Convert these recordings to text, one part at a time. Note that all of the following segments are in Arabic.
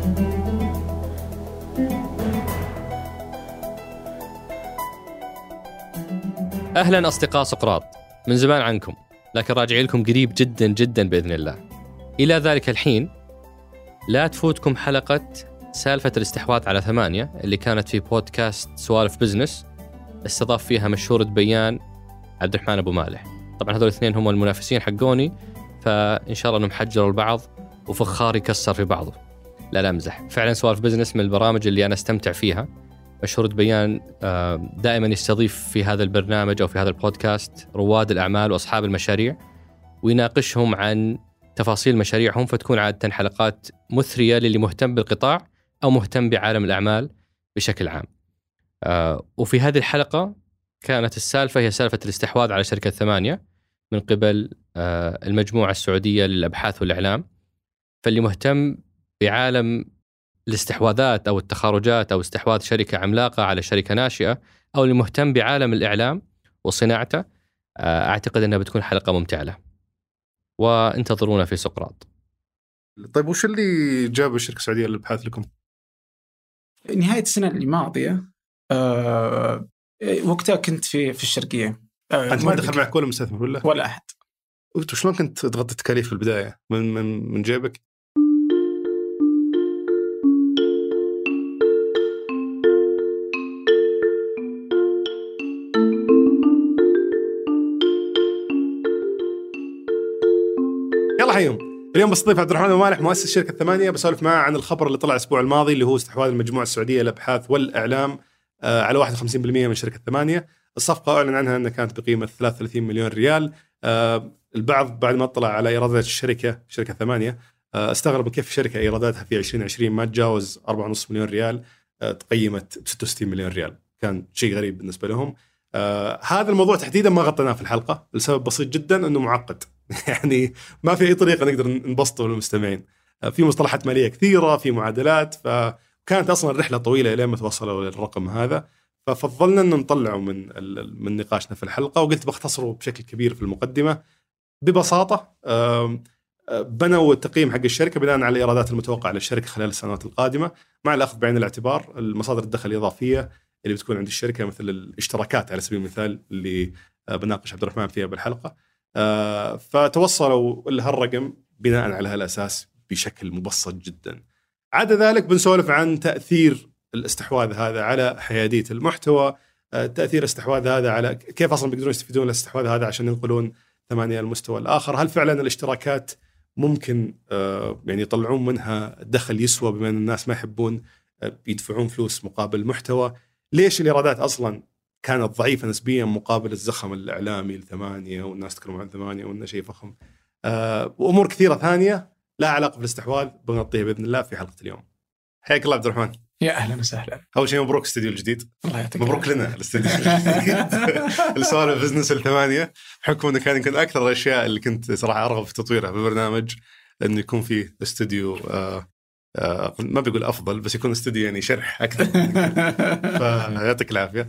أهلا أصدقاء سقراط، من زمان عنكم لكن راجع لكم قريب جدا جدا بإذن الله. إلى ذلك الحين لا تفوتكم حلقة سالفة الاستحواذ على 8 اللي كانت في بودكاست سوالف بزنس، استضاف فيها مشهورة بيان عبد الرحمن أبو مالح. طبعا هذول الاثنين هم المنافسين حقوني، فإن شاء الله أنهم حجروا البعض وفخار يكسر في بعضه. لا أمزح، فعلا سوالف بزنس من البرامج اللي أنا استمتع فيها. مشهورة بيان دائما يستضيف في هذا البرنامج أو في هذا البودكاست رواد الأعمال وأصحاب المشاريع، ويناقشهم عن تفاصيل مشاريعهم، فتكون عادة حلقات مثرية للي مهتم بالقطاع أو مهتم بعالم الأعمال بشكل عام. وفي هذه الحلقة كانت السالفة هي سالفة الاستحواذ على شركة 8 من قبل المجموعة السعودية للأبحاث والإعلام. فاللي مهتم بعالم الاستحواذات أو التخارجات أو استحواذ شركة عملاقة على شركة ناشئة، أو اللي مهتم بعالم الإعلام وصناعته، أعتقد أنها بتكون حلقة ممتعة له. وانتظرونا في سقراط. طيب وش اللي جاب الشركة السعودية للأبحاث لكم؟ نهاية السنة الماضية وقتها كنت في الشرقية. أنت ما دخل معك ولا مستثمر ولا أحد. وشلون كنت تغطي التكاليف في البداية من جيبك؟ يلا حيهم. اليوم بستضيف عبد الرحمن أبو مالح مؤسس شركة 8، بسولف معه عن الخبر اللي طلع الأسبوع الماضي اللي هو استحواذ المجموعة السعودية للأبحاث والإعلام على 51% من شركة 8. الصفقة أعلن عنها أنها كانت بقيمة 33 مليون ريال. البعض بعد ما اطلع على إيرادات شركة 8 استغرب من كيف الشركة إيراداتها في 2020 ما تجاوز 4.5 مليون ريال، تقيمت ب 66 مليون ريال. كان شيء غريب بالنسبة لهم. هذا الموضوع تحديدا ما غطيناه في الحلقة لسبب بسيط جدا، أنه معقد. يعني ما في أي طريقة نقدر نبسطه للمستمعين. في مصطلحات مالية كثيرة، في معادلات، فكانت أصلا الرحلة طويلة إلى ما توصلوا للرقم هذا. ففضلنا أن نطلعه من نقاشنا في الحلقة، وقلت بختصره بشكل كبير في المقدمة. ببساطة بنوا التقييم حق الشركة بناء على الإيرادات المتوقعة للشركة خلال السنوات القادمة، مع الأخذ بعين الاعتبار المصادر الدخل الإضافية اللي بتكون عند الشركة، مثل الاشتراكات على سبيل المثال اللي بناقش عبد الرحمن فيها بالحلقة. فتوصلوا لهالرقم بناء على هالأساس بشكل مبسط جدا. عدا ذلك بنسولف عن تأثير الاستحواذ هذا على حيادية المحتوى، تأثير الاستحواذ هذا على كيف أصلا بيقدرون يستفيدون من الاستحواذ هذا عشان ينقلون 8 المستوى الآخر. هل فعلا الاشتراكات ممكن يعني يطلعون منها دخل يسوى، بما أن الناس ما يحبون يدفعون فلوس مقابل محتوى؟ ليش الإيرادات أصلا كانت ضعيفة نسبيا مقابل الزخم الإعلامي ل8 والناس تتكلم عن 8 وإنه شيء فخم؟ وأمور كثيرة ثانية لا علاقة بالاستحواذ بنغطيها بإذن الله في حلقة اليوم. حياك الله عبد الرحمن. يا أهلا وسهلا. أول شيء مبروك استديو الجديد. الله يعطيك. مبروك لنا الاستديو الجديد السوالف بزنس ال8، بحكم أنه كان يمكن أكثر الأشياء اللي كنت صراحة أرغب في تطويرها بالبرنامج أنه يكون فيه استديو ما بيقول أفضل، بس يكون استوديو يعني شرح أكثر. فيعطيك العافية.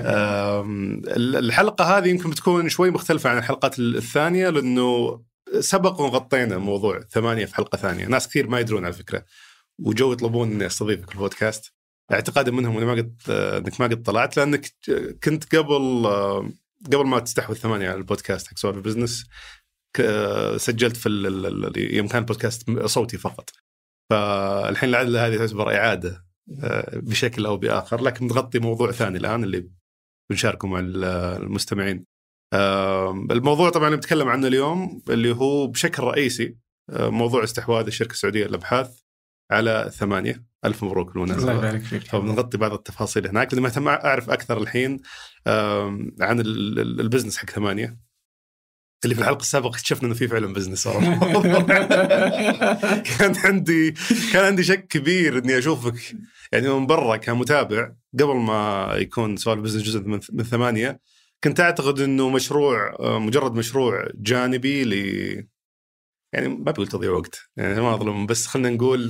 الحلقة هذه يمكن بتكون شوي مختلفة عن الحلقات الثانية، لأنه سبق وغطينا موضوع 8 في حلقة ثانية. ناس كثير ما يدرون على فكرة، وجو يطلبون إني أستضيفك في البودكاست، اعتقادا منهم إنك ما قد طلعت، لأنك كنت قبل ما تستحوذ 8 على البودكاست حق سوالف بزنس سجلت في يوم كان البودكاست صوتي فقط. فالحين العدلة هذه تعتبر إعادة بشكل أو بآخر، لكن نغطي موضوع ثاني الآن اللي بنشاركه مع المستمعين. الموضوع طبعا اللي بنتكلم عنه اليوم اللي هو بشكل رئيسي موضوع استحواذ الشركة السعودية للأبحاث على 8. ألف مبروك بالمناسبة. الله يبارك فيك. فبنغطي بعض التفاصيل هناك، لأني مهتم أعرف أكثر الحين عن البزنس حق 8 اللي في الحلقة السابقة اكتشفنا إنه في فعلا بزنس. كان عندي شك كبير إني أشوفك يعني من برا كمتابع قبل ما يكون سؤال بزنس جزء من 8. كنت أعتقد إنه مجرد مشروع جانبي يعني ما بقول تضيع وقت، يعني ما أظلم، بس خلنا نقول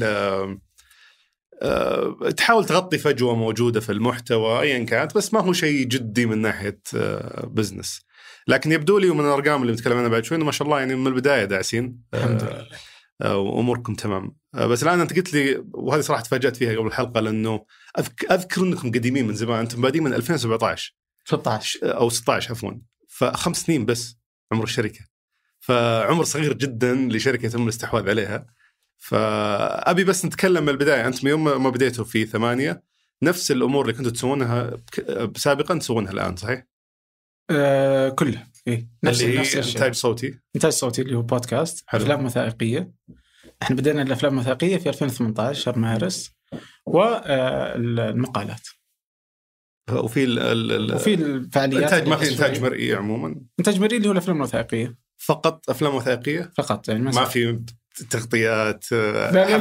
تحاول تغطي فجوة موجودة في المحتوى أيا كانت، بس ما هو شيء جدي من ناحية بزنس. لكن يبدو لي ومن الأرقام اللي بنتكلم عنها بعد شوي إنه ما شاء الله يعني من البداية داعسين. الحمد لله. واموركم تمام. بس الان انت قلت لي، وهذه صراحه تفاجات فيها قبل الحلقه، لانه اذكر انكم قديمين من زمان، انتم بادين من 2017 16 او 16 عفوا، ف5 سنين بس عمر الشركه، فعمر صغير جدا لشركه يتم الاستحواذ عليها. فابي بس نتكلم من البدايه، انتم يوم ما بديتوا في 8 نفس الامور اللي كنتوا تسوونها سابقا تسوونها الان، صحيح؟ كله إيه؟ نفس الشيء. انتاج صوتي اللي هو بودكاست، حلو. افلام وثائقيه. احنا بدأنا الافلام الوثائقيه في 2018 شهر مارس، والمقالات وفي وفي الفعاليات. انتاج، ما في انتاج مرئي عموما، انتاج مرئي اللي هو الافلام الوثائقيه فقط افلام وثائقيه فقط، يعني ما في تغطيات لا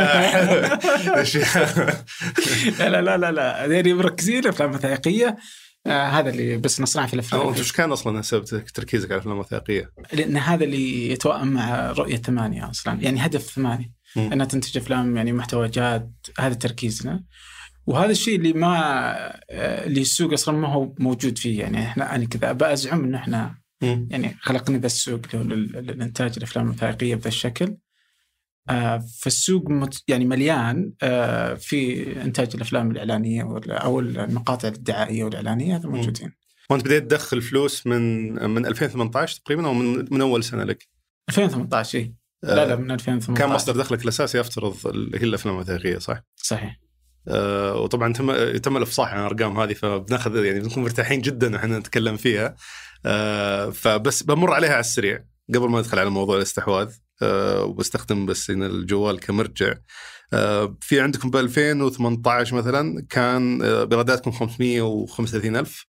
يعني مركزين افلام وثائقيه. هذا اللي بس نصنع في الافلام. وش كان اصلا سبب تركيزك على الافلام الوثائقيه؟ لان هذا اللي يتوائم مع رؤيه 8 اصلا، يعني هدف 8 انها تنتج افلام يعني محتوى جاد، هذا تركيزنا. وهذا الشيء اللي اللي السوق اصلا ما هو موجود فيه. يعني انا كذا بأزعم ان احنا يعني خلقنا ذا السوق للإنتاج الأفلام الوثائقية بهذا الشكل. فالسوق يعني مليان في إنتاج الأفلام الإعلانية أو المقاطع الدعائية والإعلانية، هذا موجودين. وأنت بديت تدخل فلوس من 2018 تقريبا، أو من أول سنة لك؟ 2018 إيه. لا من 2018 كان مصدر دخلك الأساسي أفترض اللي هي الأفلام الوثائقية، صح؟ صحيح. وطبعا تم الافصاح عن الارقام هذه، فبناخذ يعني بنكون مرتاحين جدا احنا نتكلم فيها. فبس بمر عليها على السريع قبل ما ندخل على موضوع الاستحواذ، وبستخدم بس إن الجوال كمرجع. في عندكم ب 2018 مثلا كان بإيراداتكم 535,000.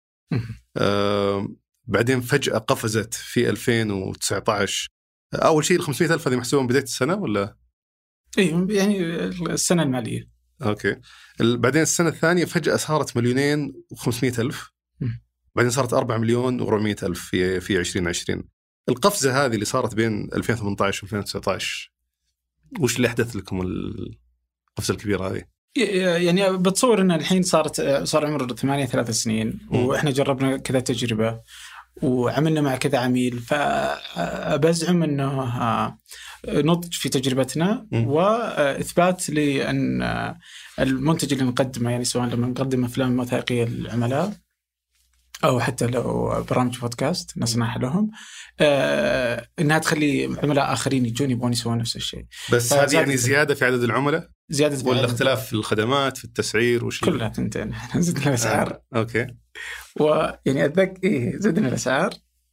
بعدين فجأة قفزت في 2019. أول شيء 500,000 هذه محسوبة بداية السنة ولا؟ إيه يعني السنة المالية. اوكي. بعدين السنه الثانيه فجاه صارت 2,500,000. بعدين صارت 4,400,000 في 2020. القفزه هذه اللي صارت بين 2018 و 2019 وش اللي احدث لكم القفزه الكبيره هذه؟ يعني بتصور ان الحين صار عمر 3 سنين، واحنا جربنا كذا تجربه وعملنا مع كذا عميل، فبزعم انه نضج في تجربتنا واثبات لان المنتج اللي نقدمه، يعني سواء لما نقدم افلام وثائقيه للعملاء او حتى لو برامج بودكاست نصنعها لهم، انها تخلي عملاء اخرين يجون يبغون يسوون نفس الشيء. بس هذه يعني زياده في عدد العملاء، زياده ولا اختلاف في الخدمات في التسعير وش؟ كلها تنتين. زدنا الاسعار. اوكي. ويعني اتذكر زدنا الاسعار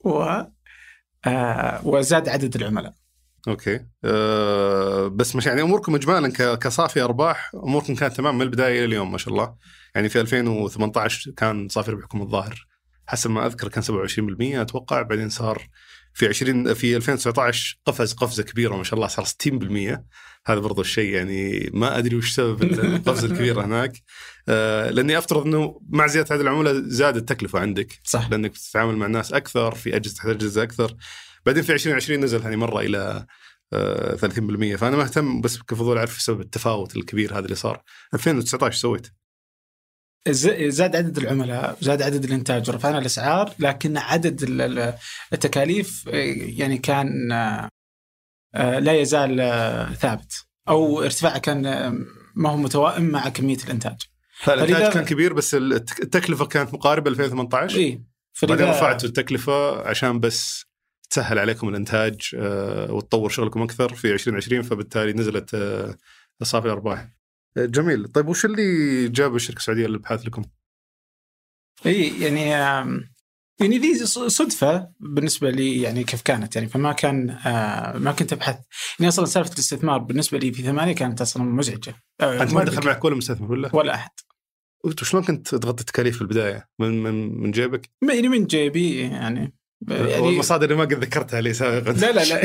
وزاد عدد العملاء. اوكي. بس مش يعني اموركم اجمالا كصافي ارباح اموركم كانت تمام من البدايه الى اليوم ما شاء الله. يعني في 2018 كان صافي ربحكم الظاهر حسب ما اذكر كان 27% اتوقع، بعدين صار في 2019 قفزه كبيره ما شاء الله، صار 60%. هذا برضو الشيء يعني ما ادري وش سبب القفزه الكبيره هناك. لاني افترض انه مع زياده عدد العملاء زاد التكلفه عندك، صح، لانك بتتعامل مع ناس اكثر في اجهزه اجهزه اكثر. بعدين في 2020 نزل ثاني مره الى 30%. فانا مهتم بس كفضول اعرف سبب التفاوت الكبير هذا اللي صار. 2019 سويت زاد عدد العملاء، زاد عدد الانتاج، رفعنا الاسعار، لكن عدد التكاليف يعني كان لا يزال ثابت، او ارتفاعه كان ما هو متوائم مع كميه الانتاج. فالانتاج كان كبير بس التكلفه كانت مقاربه ل 2018. اي بعدين رفعتوا التكلفه عشان بس تسهل عليكم الانتاج وتطور شغلكم اكثر في 2020، فبالتالي نزلت صافي الارباح. جميل. طيب وش اللي جاب الشركه السعوديه للابحاث لكم؟ اي يعني ذي صدفه بالنسبه لي، يعني كيف كانت يعني، فما كان ما كنت ابحث. يعني اصلا سالفه الاستثمار بالنسبه لي في 8 كانت اصلا مزعجه. انت ما دخل معك ولا مستثمر ولا احد؟ وشلون كنت تغطي التكاليف في البدايه؟ من جيبك؟ يعني من جيبي يعني والمصادر اللي ما قد ذكرتها لي سابقا. لا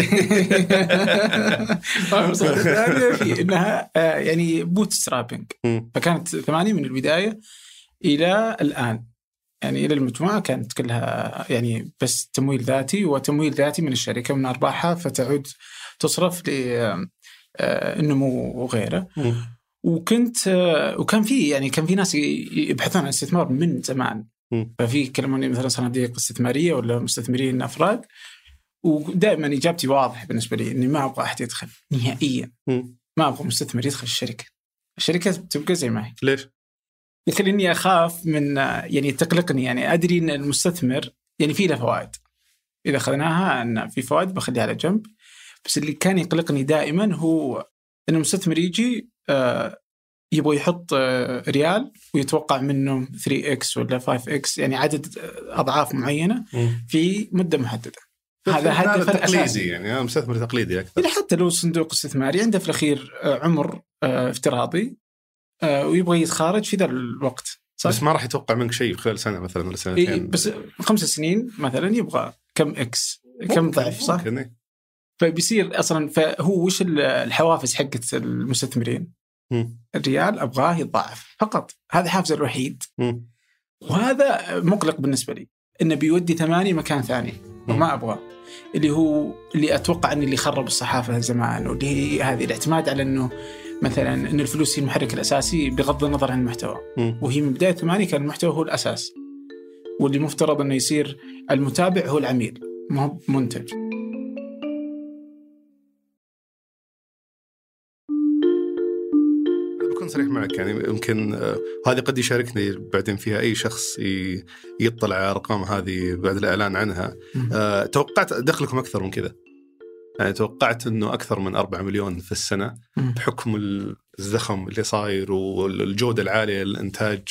المصادر الثانية في إنها يعني بوت سترابينج. فكانت 8 من البداية إلى الآن، يعني إلى المجموعة كانت كلها يعني بس تمويل ذاتي، وتمويل ذاتي من الشركة من أرباحها فتعود تصرف للنمو وغيره. وكان في ناس يبحثون عن استثمار من زمان. ففي كلموني مثلا صناديق استثمارية ولا مستثمرين أفراد، ودائما إجابتي واضحة بالنسبة لي إني ما أبغى أحد يدخل نهائيا. ما أبغى مستثمر يدخل الشركة تبقى زي ما هي. ليش؟ يخليني أخاف من يعني تقلقني. يعني أدري إن المستثمر يعني فيه له فوائد، إذا أخذناها أن في فوائد بخليها على جنب، بس اللي كان يقلقني دائما هو أن المستثمر يجي يبغى يحط ريال ويتوقع منه 3x ولا 5x، يعني عدد أضعاف معينة في مدة محددة. هذا هدف تقليدي، يعني مستثمر تقليدي أكثر. يعني حتى لو صندوق استثماري عنده في الأخير عمر افتراضي ويبغى يتخارج في ذا الوقت، صح؟ بس ما راح يتوقع منك شيء في خلال سنة مثلا ولا سنتين. بس 5 سنين مثلا يبغى كم إكس، كم ضعف، صح؟ فبيصير أصلا، فهو وش الحوافز حقت المستثمرين؟ الريال أبغاه يتضاعف فقط، هذا حافز الوحيد. وهذا مقلق بالنسبة لي، إنه بيودي 8 مكان ثاني وما أبغاه، اللي هو اللي أتوقع أن اللي خرب الصحافة زمان، واللي هي هذه الاعتماد على أنه مثلا أن الفلوس هي المحرك الأساسي بغض النظر عن المحتوى. وهي من بداية 8 كان المحتوى هو الأساس، واللي مفترض أنه يصير المتابع هو العميل ما هو منتج. بكون صريح معك، يعني يمكن هذه قد يشاركني بعدين فيها أي شخص يطلع على أرقام هذه بعد الإعلان عنها. توقعت دخلكم أكثر من كذا، يعني توقعت أنه أكثر من 4 مليون في السنة بحكم الزخم اللي صاير والجودة العالية للإنتاج.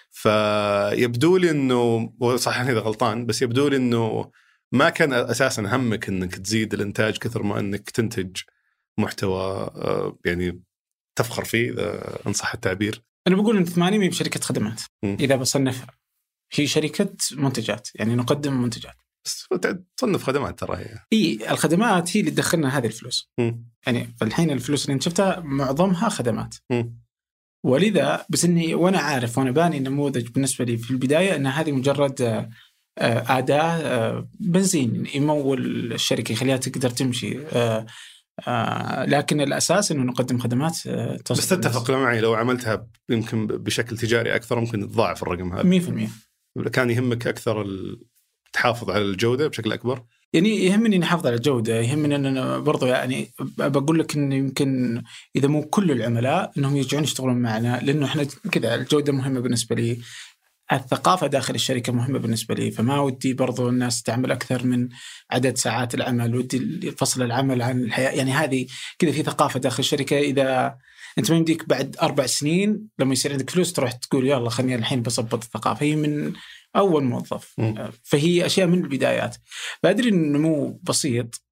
فيبدو لي أنه، وصحيح إذا غلطان، بس يبدو لي أنه ما كان أساسا همك أنك تزيد الإنتاج كثر ما أنك تنتج محتوى يعني تفخر فيه، إذا إنصح التعبير. أنا بقول إن 8 هي بشركة خدمات. إذا بصنفها هي شركة منتجات، يعني نقدم منتجات. بس تصنف خدمات ترى هي. الخدمات هي اللي تدخلنا هذه الفلوس. يعني الحين الفلوس اللي انت شفتها معظمها خدمات. ولذا بس إني وأنا عارف وأنا باني النموذج بالنسبة لي في البداية أن هذه مجرد أداة بنزين يمول الشركة يخليها تقدر تمشي. لكن الأساس إنه نقدم خدمات توصل. بس تتفق معي لو عملتها يمكن بشكل تجاري أكثر ممكن تضاعف الرقم هذا 100%. كان يهمك أكثر تحافظ على الجودة بشكل أكبر. يعني يهمني إني أحافظ على الجودة، يهمني أن أنا برضو يعني بقول لك إنه يمكن إذا مو كل العملاء إنهم يرجعون يشتغلون معنا، لأنه إحنا كذا الجودة مهمة بالنسبة لي، الثقافة داخل الشركة مهمة بالنسبة لي، فما ودي برضو الناس تعمل أكثر من عدد ساعات العمل، ودي فصل العمل عن الحياة. يعني هذه كذا في ثقافة داخل الشركة. إذا أنت ما يمديك بعد 4 سنين لما يصير عندك فلوس تروح تقول يلا خلني الحين بصبط الثقافة، هي من أول موظف. فهي أشياء من البدايات. فأدري إن النمو بسيط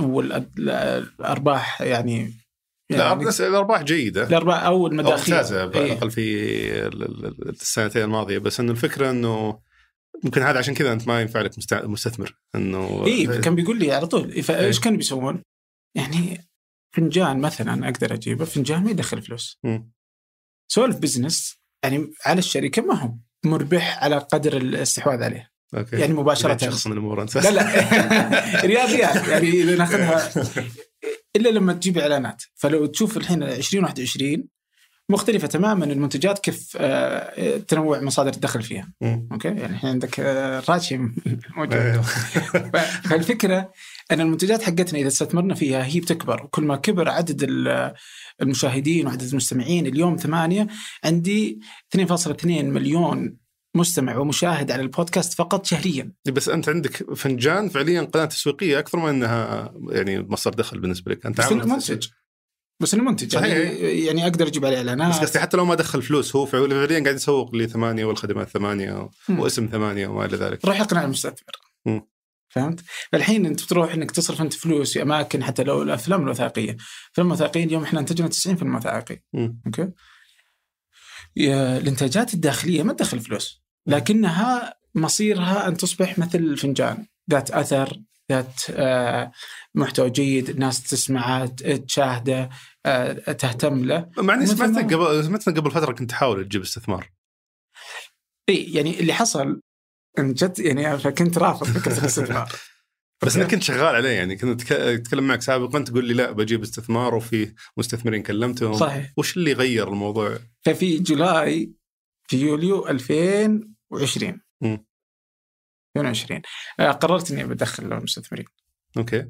والأرباح يعني الأرباح جيدة، الأرباح أو المداخيل ممتازة أقل في السنتين الماضية. بس إنه الفكرة إنه ممكن هذا عشان كذا أنت ما ينفع لك مستثمر. إنه كان بيقول لي على طول إيش كانوا بيسوون؟ يعني فنجان مثلا أقدر أجيبه، فنجان ما يدخل فلوس. سولف بزنس يعني على الشركة ما هو مربح على قدر الاستحواذ عليه. أوكي. يعني مباشرة شخص من الأمور أنت. لا رياضيات يعني إذا ناخذها إلا لما تجيب إعلانات. فلو تشوف الحين 2021 مختلفة تماما المنتجات كيف تنوع مصادر الدخل فيها. أوكي يعني الحين عندك راتشي موجود. فالفكرة أن المنتجات حقتنا إذا استثمرنا فيها هي بتكبر، وكل ما كبر عدد المشاهدين وعدد المستمعين. اليوم 8 عندي 2.2 مليون مستمع ومشاهد على البودكاست فقط شهريا. بس أنت عندك فنجان فعليا قناة تسويقية أكثر من أنها يعني مصدر دخل بالنسبة لك. أنت بس أنا منتج يعني أقدر أجيب عليه إعلانات. بس قصدي حتى لو ما دخل فلوس هو فعليا قاعد يسوق لي 8 والخدمات 8 واسم 8 وما إلى ذلك. روح يقنع المستثمر. فهمت؟ فالحين أنت بتروح إنك تصرف أنت فلوس في أماكن، حتى لو الأفلام الوثائقية. الأفلام الوثائقية اليوم إحنا انتجنا 90% وثائقي. أوكي. الإنتاجات الداخلية ما تدخل فلوس، لكنها مصيرها أن تصبح مثل الفنجان، ذات أثر، ذات محتوى جيد، الناس تسمعه تشاهده تهتم له. معني سمعت قبل فترة كنت تحاول تجيب استثمار. يعني اللي حصل ان جد يعني فكنت رافض فكرة الاستثمار. بس أنا كنت شغال عليه، يعني كنت أتكلم معك سابقا تقول لي لا بجيب استثمار، وفي مستثمرين كلمتهم. صحيح. وش اللي غير الموضوع؟ ففي جولاي في يوليو 2020 قررت إني بدخل المستثمرين. اوكي.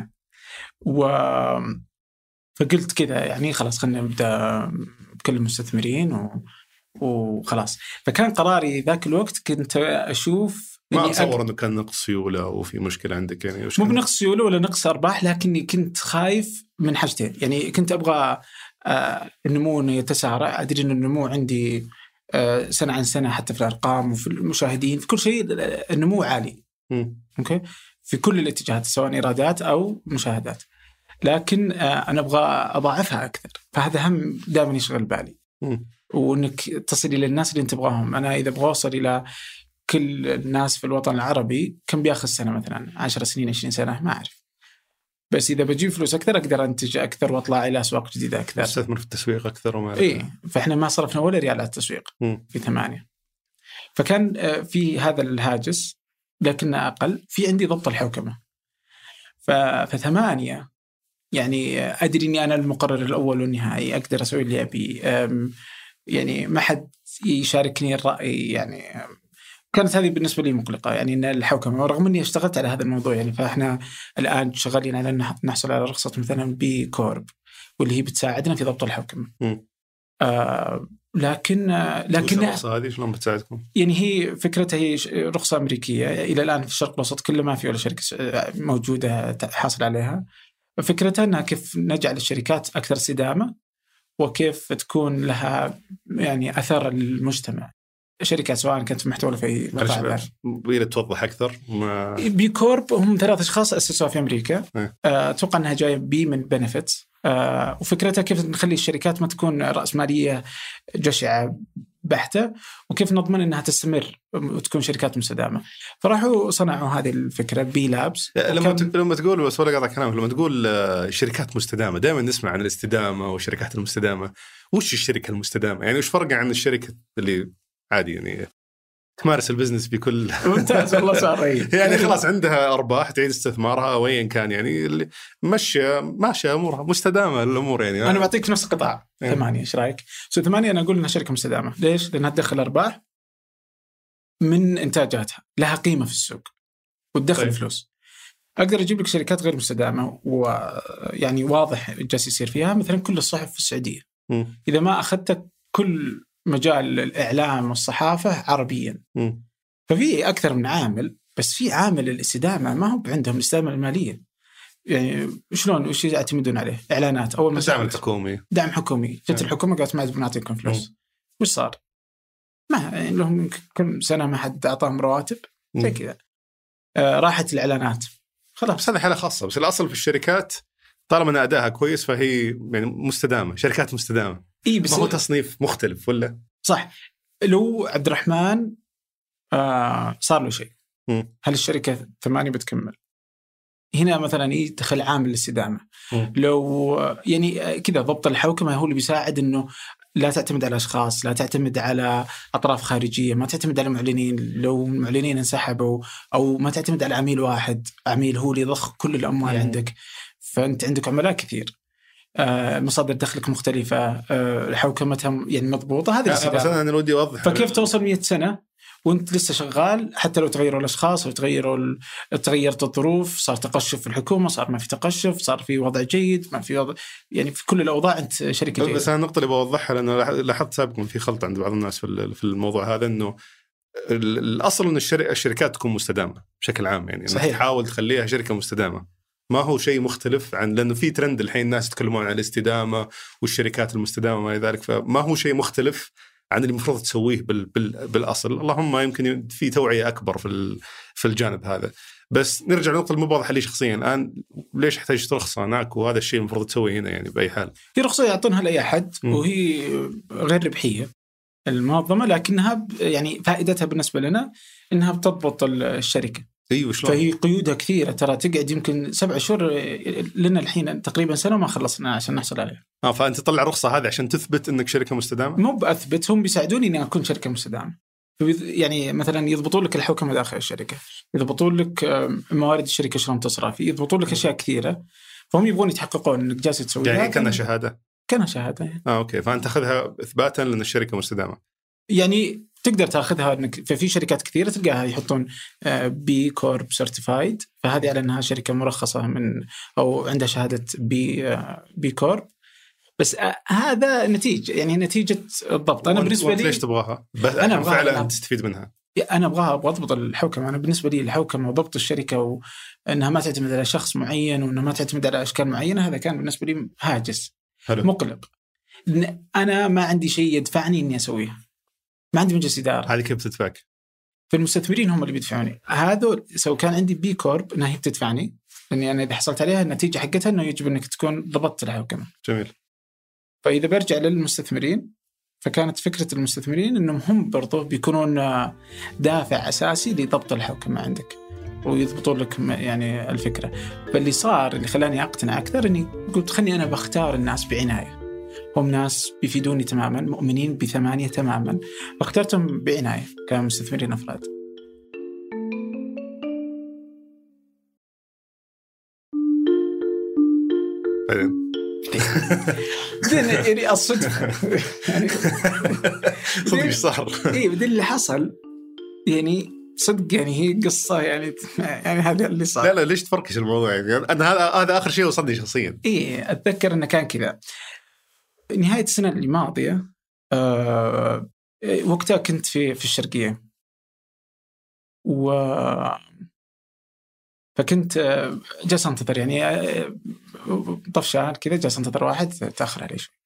فقلت كذا يعني خلاص خلينا نبدا بكل المستثمرين وخلاص. فكان قراري ذاك الوقت كنت اشوف ما اتصور انه كان نقص سيوله وفي مشكله عندك يعني. مو بنقص سيوله ولا نقص ارباح، لكني كنت خايف من حاجتين. يعني كنت ابغى النمو يتسارع. ادري ان النمو عندي سنه عن سنه، حتى في الارقام وفي المشاهدين في كل شيء النمو عالي. اوكي في كل الاتجاهات سواء ايرادات او مشاهدات، لكن انا ابغى اضاعفها اكثر. فهذا هم دائما يشغل بالي، وانك تصل الى الناس اللي انت تبغاهم. انا اذا ابغى اوصل الى كل الناس في الوطن العربي كم بياخذ سنه؟ مثلا 10 سنين 20 سنه ما اعرف. بس اذا بجيب فلوس اكثر اقدر انتج اكثر واطلع الى اسواق جديده اكثر، استثمر في التسويق اكثر وما فاحنا ما صرفنا ولا ريال على التسويق في 8. فكان في هذا الهاجس، لكن اقل في عندي ضبط الحوكمه. ف8 يعني ادري اني انا المقرر الاول والنهائي، اقدر اسوي اللي ابي. يعني ما حد يشاركني الراي. يعني كانت هذه بالنسبه لي مقلقه، يعني ان الحوكمه، ورغم اني اشتغلت على هذا الموضوع. يعني فاحنا الان شغالين على ان نحصل على رخصه مثلا بي كورب، واللي هي بتساعدنا في ضبط الحوكمه. لكن الرخصه هذه شلون بتساعدكم؟ يعني هي فكرتها هي رخصه امريكيه. الى الان في الشرق الاوسط كله ما في ولا شركه موجوده حاصل عليها. فكرتها انها كيف نجعل الشركات اكثر استدامه، وكيف تكون لها يعني اثر المجتمع. شركات سواء كانت في محتوى ولا في مقاطع. بغير توضح اكثر. بي كورب هم 3 أشخاص اسسوها في امريكا. اتوقع انها جايه بي من بنفيتس. وفكرتها كيف نخلي الشركات ما تكون رأسمالية جشعة بحتة، وكيف نضمن أنها تستمر وتكون شركات مستدامة. فراحوا صنعوا هذه الفكرة بي لابس. لما تقول بس ولا قاطع كلامك، لما تقول شركات مستدامة دائما نسمع عن الاستدامة والشركات المستدامة. وش الشركة المستدامة؟ يعني وش فرق عن الشركة اللي عادي يعني تمارس البزنس بكل ممتاز والله صار يعني خلاص عندها أرباح تعيد استثمارها أو أيا كان، يعني اللي ماشية أمورها مستدامة الأمور. يعني أنا بعطيك في نفس القطاع 8. إيش رأيك؟ 8 أنا أقول إنها شركة مستدامة. ليش؟ لأنها تدخل أرباح من إنتاجاتها، لها قيمة في السوق وتدخل فلوس. أقدر أجيب لك شركات غير مستدامة ويعني واضح جالس يصير فيها، مثلا كل الصحف في السعودية. إذا ما أخذت كل مجال الإعلام والصحافة عربيا، ففي أكثر من عامل. بس في عامل الاستدامة ما هو عندهم الاستدامة المالية. يعني شلون وش يعتمدون عليه؟ إعلانات. أول ما دعم حكومي جت الحكومة قالت ما بنعطيكم فلوس. وش صار؟ ما لهم كل سنة ما حد أعطاهم رواتب زي كذا. راحت الإعلانات خلاص. بس هذا حالة خاصة. بس الأصل في الشركات طالما أن أداها كويس فهي يعني مستدامة، شركات مستدامة. بس ما هو تصنيف مختلف ولا؟ صح. لو عبد الرحمن صار له شيء، هل الشركة 8 بتكمل؟ هنا مثلا يدخل عامل الاستدامة. لو يعني كذا ضبط الحوكمة هو اللي بيساعد إنه لا تعتمد على أشخاص، لا تعتمد على أطراف خارجية، ما تعتمد على معلنين. لو المعلنين انسحبوا، أو ما تعتمد على عميل واحد، عميل هو اللي يضخ كل الأموال عندك. فأنت عندك عملاء كثير، مصادر دخلك مختلفة، حوكمتها يعني مضبوطة. هذه بس أنا ودي أوضح. فكيف توصل 100 سنة وانت لسه شغال؟ حتى لو تغيروا الاشخاص او تغيرت الظروف، صار تقشف في الحكومه، صار ما في تقشف، صار في وضع جيد، ما في وضع، يعني في كل الاوضاع انت شركه جيدة. بس انا النقطه اللي بوضحها لانه لاحظت سابقا في خلط عند بعض الناس في الموضوع هذا، انه الاصل ان الشركات تكون مستدامه بشكل عام. يعني تحاول تخليها شركه مستدامه، ما هو شيء مختلف عن، لانه في ترند الحين الناس يتكلمون عن الاستدامه والشركات المستدامه وما الى ذلك، فما هو شيء مختلف عن اللي المفروض تسويه بالأصل. اللهم يمكن في توعية أكبر في الجانب هذا. بس نرجع لنقطة المبادرة لي شخصيا الآن، ليش احتاج رخصة هناك وهذا الشيء المفروض تسويه هنا؟ يعني بأي حال في رخصة يعطونها لأي أحد وهي غير ربحية المنظمة، لكنها يعني فائدتها بالنسبة لنا إنها بتضبط الشركة. أيوة شلون؟ فهي قيودها كثيرة، ترى تقعد يمكن 7 شهور لنا الحين تقريبا سنة ما خلصنا عشان نحصل عليها. فأنت تطلع رخصة هذه عشان تثبت إنك شركة مستدامة؟ مو بأثبت، هم بيساعدوني إني أكون شركة مستدامة. يعني مثلا يضبطون لك الحوكمة داخل الشركة، يضبطون لك موارد الشركة شلون تصرف، يضبطون لك أشياء كثيرة. فهم يبغون يتحققون إنك جالس تسويها. يعني كأنها شهادة. كأنها شهادة. أوكي. فأنت تأخذها إثباتا لأن الشركة مستدامة. يعني تقدر تاخذها انك في شركات كثيره تلقاها يحطون بي كورب سيرتيفايد، فهذه على انها شركه مرخصه من او عندها شهاده بي كورب. بس هذا نتيجه، يعني نتيجه الضبط. انا بالنسبه لي ليش تبغاها؟ بس انا فعلا تستفيد منها. انا ابغى اضبط الحوكمه. انا بالنسبه لي الحوكمه وضبط الشركه وانها ما تعتمد على شخص معين وانها ما تعتمد على اشكال معينه، هذا كان بالنسبه لي هاجس حلو. مقلق. انا ما عندي شيء يدفعني اني اسويها، ما عندي مجلس اداره. هذه كيف بتدفعك؟ فالمستثمرين هم اللي بيدفعوني. هذول سو كان عندي بي كورب انها هي بتدفعني، لاني انا اذا حصلت عليها النتيجه حقتها انه يجب انك تكون ضبطت الحوكمه. جميل. فاذا برجع للمستثمرين، فكانت فكره المستثمرين انهم هم برضو بيكونون دافع اساسي لضبط الحوكمه عندك ويضبطون لك يعني الفكره. فاللي صار اللي خلاني اقتنع اكثر اني قلت خلني انا بختار الناس بعنايه، هم ناس بيفيدوني تماما، مؤمنين بثمانية تماما، فاخترتهم بعناية كمستثمرين أفراد. يعني الصدفة يعني صدق ايش صار؟ ايه بدل اللي حصل يعني صدق، يعني هي قصة يعني هذا اللي صار. لا ليش تفركش الموضوع؟ يعني أنا هذا آخر شيء وصلني شخصيا. إيه أتذكر إنه كان كذا نهاية السنة الماضية. وقتها كنت في الشرقية فكنت جالس أنتظر، يعني طفشان كذا جالس أنتظر واحد تأخر عليه شوي.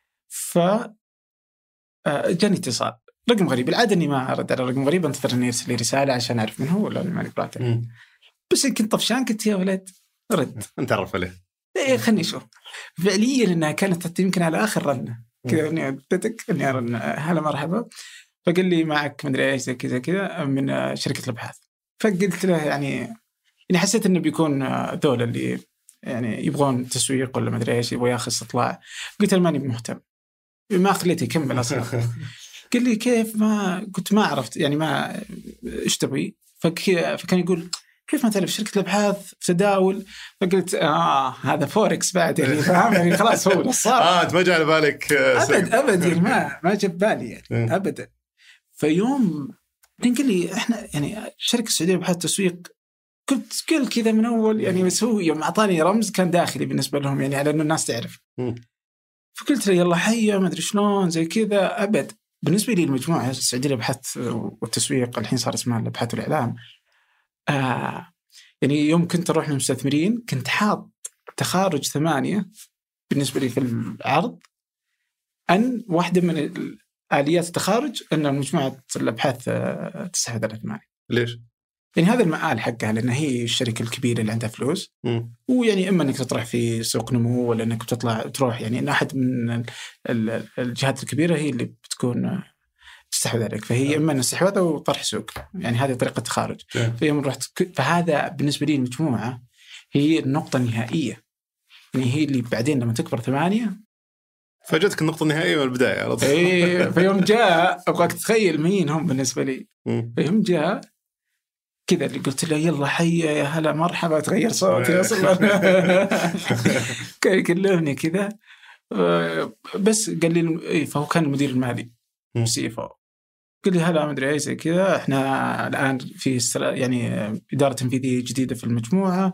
جاني اتصال رقم غريب. العادة إني ما أرد على رقم غريب، أنتظر إنه يرسل لي رسالة عشان أعرف من هو ولا ماني بلاته. بس كنت طفشان، كنت يا ولد رد أنت عرف عليه. إيه خلني أشوف. فعليا إنها كانت يمكن على آخر رنة كذا إني أدتك إني أرن هلا مرحبا. فقال لي معك مدري إيش زي كذا من شركة الأبحاث. فقلت له يعني حسيت إنه بيكون ذول اللي يعني يبغون تسويق ولا مدري إيش، يبغى ياخذ استطلاع. قلت له ماني مهتم، ما خليته يكمل أصلا. قال لي كيف؟ ما كنت ما عرفت يعني ما إيش تبغي. فكان يقول كيف ما تعرف شركة الأبحاث في تداول؟ فقلت هذا فوركس بعد يعني فاهم يعني خلاص هو الصار. أنت ما جاء على بالك أبد يعني ما جاب بالي يعني أبدا. فيوم قال لي إحنا يعني شركة السعودية لأبحاث التسويق، قل كذا من أول يعني، بس هو يوم أعطاني رمز كان داخلي بالنسبة لهم يعني على إنه الناس تعرف. فقلت له يلا حيا ما أدري شلون زي كذا. أبد بالنسبة لي المجموعة السعودية للأبحاث والتسويق الحين صار اسمها الأبحاث والإعلام. يعني يوم كنت أروح للمستثمرين كنت حاط تخارج 8 بالنسبة لي في العرض، أن واحدة من آليات التخارج أن مجموعة الأبحاث تستحوذ على 8. ليش؟ يعني هذا المآل حقها، لأن هي الشركة الكبيرة اللي عندها فلوس. ويعني إما أنك تطرح في سوق نمو ولا أنك تروح يعني إن أحد من الجهات الكبيرة هي اللي بتكون تستحوذ عليك. فهي إما أن استحواذ أو طرح سوق، يعني هذه طريقة تخارج. فيوم رحت فهذا بالنسبة لي المجموعة هي النقطة النهائية، يعني هي اللي بعدين لما تكبر 8 فجأتك النقطة النهائية من البداية على طول. إيه فيوم جاء أبغاك تتخيل مين هم بالنسبة لي. فيوم جاء كذا اللي قلت له يلا حيا يا هلا مرحبا، تغير صوتي أصلا كان يكلمني كذا. بس قال لي فهو كان المدير المالي CFO. قال لي هلا مدري ايش زي كذا، احنا الان في يعني اداره تنفيذيه جديده في المجموعه،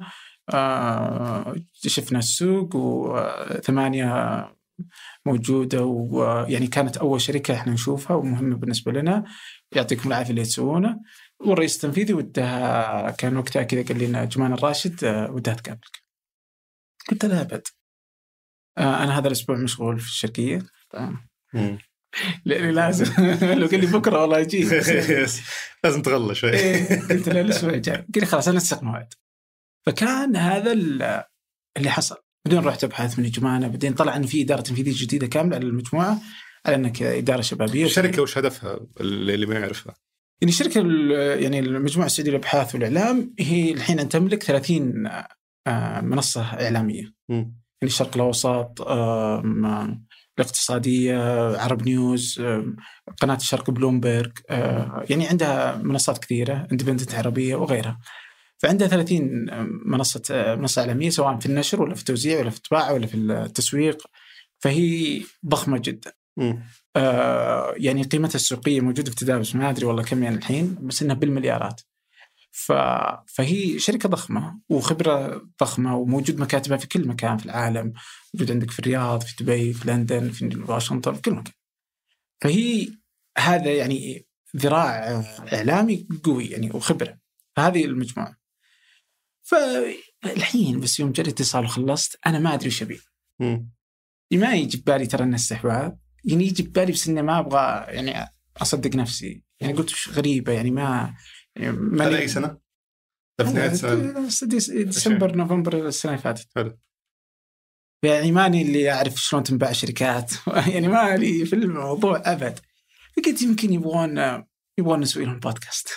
شفنا السوق و8 موجوده، ويعني كانت اول شركه احنا نشوفها ومهمه بالنسبه لنا، يعطيكم العافيه اللي تسوونه. والرئيس التنفيذي ودها كان وقتها كذا قال لنا جمان الراشد ودها تقابلك. قلت له ابد انا هذا الاسبوع مشغول في الشركيه لأني لازم لو قال لي بكرة والله أجي لازم تغلى شوي. قلت له الأسبوع الجاي. قال لي خلاص أنا نسق موعد. فكان هذا اللي حصل. بعدين رحت أبحث من جمانة، بعدين طلع إن في إدارة تنفيذية جديدة كاملة على المجموعة، على أنك إدارة شبابية. الشركة وش هدفها اللي ما يعرفها؟ يعني الشركة يعني المجموعة السعودية للأبحاث والإعلام هي الحين أن تملك 30 منصة إعلامية. يعني الشرق الأوسط، الاقتصادية، عرب نيوز، قناة الشرق بلومبرج، يعني عندها منصات كثيرة، اندبندنت عربية وغيرها. فعندها 30 منصة إعلامية، سواء في النشر ولا في التوزيع ولا في الطباعة ولا في التسويق. فهي ضخمة جدا. يعني قيمتها السوقية موجودة في تداول ما أدري والله كم يعني الحين بس إنها بالمليارات. فهي شركة ضخمة وخبرة ضخمة وموجود مكاتبها في كل مكان في العالم. موجود عندك في الرياض في دبي في لندن في واشنطن في كل مكان. فهي هذا يعني ذراع إعلامي قوي يعني وخبرة. فهذه المجموعة. فالحين بس يوم جريت اتصال وخلصت أنا ما أدري وش أبي. ما يجي بالي ترى إنه استحواذ يعني يجي بالي بس إنه ما أبغى يعني أصدق نفسي يعني قلت وش غريبة يعني ما هذا أي سنة؟ في نهاية السنة ديسمبر نوفمبر السنة اللي فاتت. حلو. يعني ماني اللي أعرف شلون تنباع شركات يعني ما لي في الموضوع أبد. فقلت يمكن يبغون نسوي لهم بودكاست.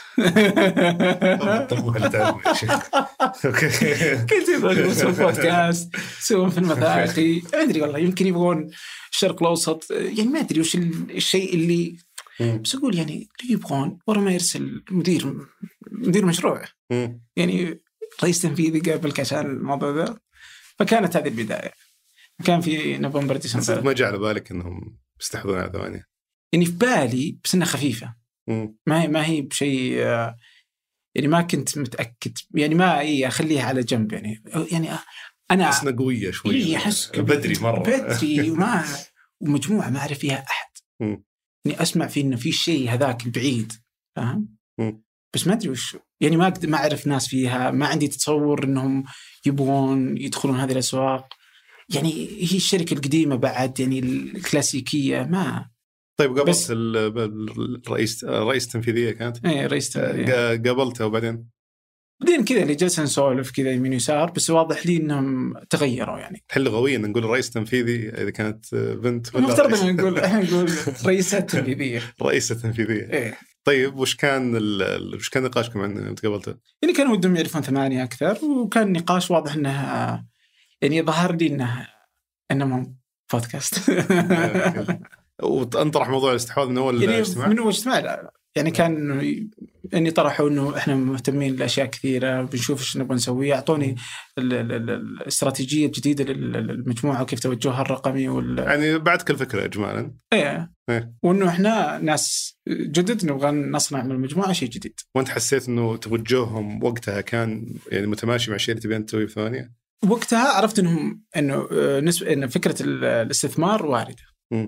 قلت يبغون نسوي بودكاست يسوون في المثاقي ما أدري والله يمكن يبغون الشرق الأوسط يعني ما أدري وش الشيء اللي بس أقول يعني يبغون ورا ما يرسل مدير مشروع يعني رئيس تنفيذي قبل عشان الموضوع ذا. فكانت هذه البداية. كان في نوفمبر ديسمبر. ما جاء على بالك إنهم يستحوذون على 8 يعني في بالي بس إنها خفيفة ما هي بشيء يعني ما كنت متأكد يعني ما أخليها على جنب يعني أنا أحسنا قوية شوية أحس بدري مرة بدري ومجموعة ما أعرف فيها أحد يعني أسمع فيه إنه في شيء هذاك بعيد فاهم بس ما أدري وش يعني ما أعرف ناس فيها ما عندي تصور إنهم يبغون يدخلون هذه الأسواق يعني هي الشركة القديمة بعد يعني الكلاسيكية ما. طيب قابلت الرئيس التنفيذية كانت؟ إيه رئيس تنفيذية قابلته وبعدين كذا اللي جلسنا نسولف كذا يمين يسار بس واضح لي إنهم تغيروا يعني. حل لغويا نقول رئيس تنفيذي إذا كانت بنت ولا مفترض إحنا نقول رئيسة تنفيذية. رئيسة تنفيذية. إيه. طيب وش كان نقاشكم عن تقابلته؟ يعني كانوا ودهم يعرفون 8 أكثر وكان نقاش واضح إنه يعني ظهر لي إنه بودكاست. وانطرح موضوع الاستحواذ من أول الاجتماع؟ من أول اجتماع يعني كان إني طرحوا إنه إحنا مهتمين لأشياء كثيرة بنشوف إيش نبغى نسوي. أعطوني الاستراتيجية الجديدة للمجموعة وكيف توجهها الرقمي يعني بعد كل فكرة إجمالا. إيه. وإنه إحنا ناس جدد نبغى نصنع من المجموعة شيء جديد. وأنت حسيت إنه توجههم وقتها كان يعني متماشي مع الشيء اللي تبين تسويه في 8؟ وقتها عرفت إنه فكرة الاستثمار واردة.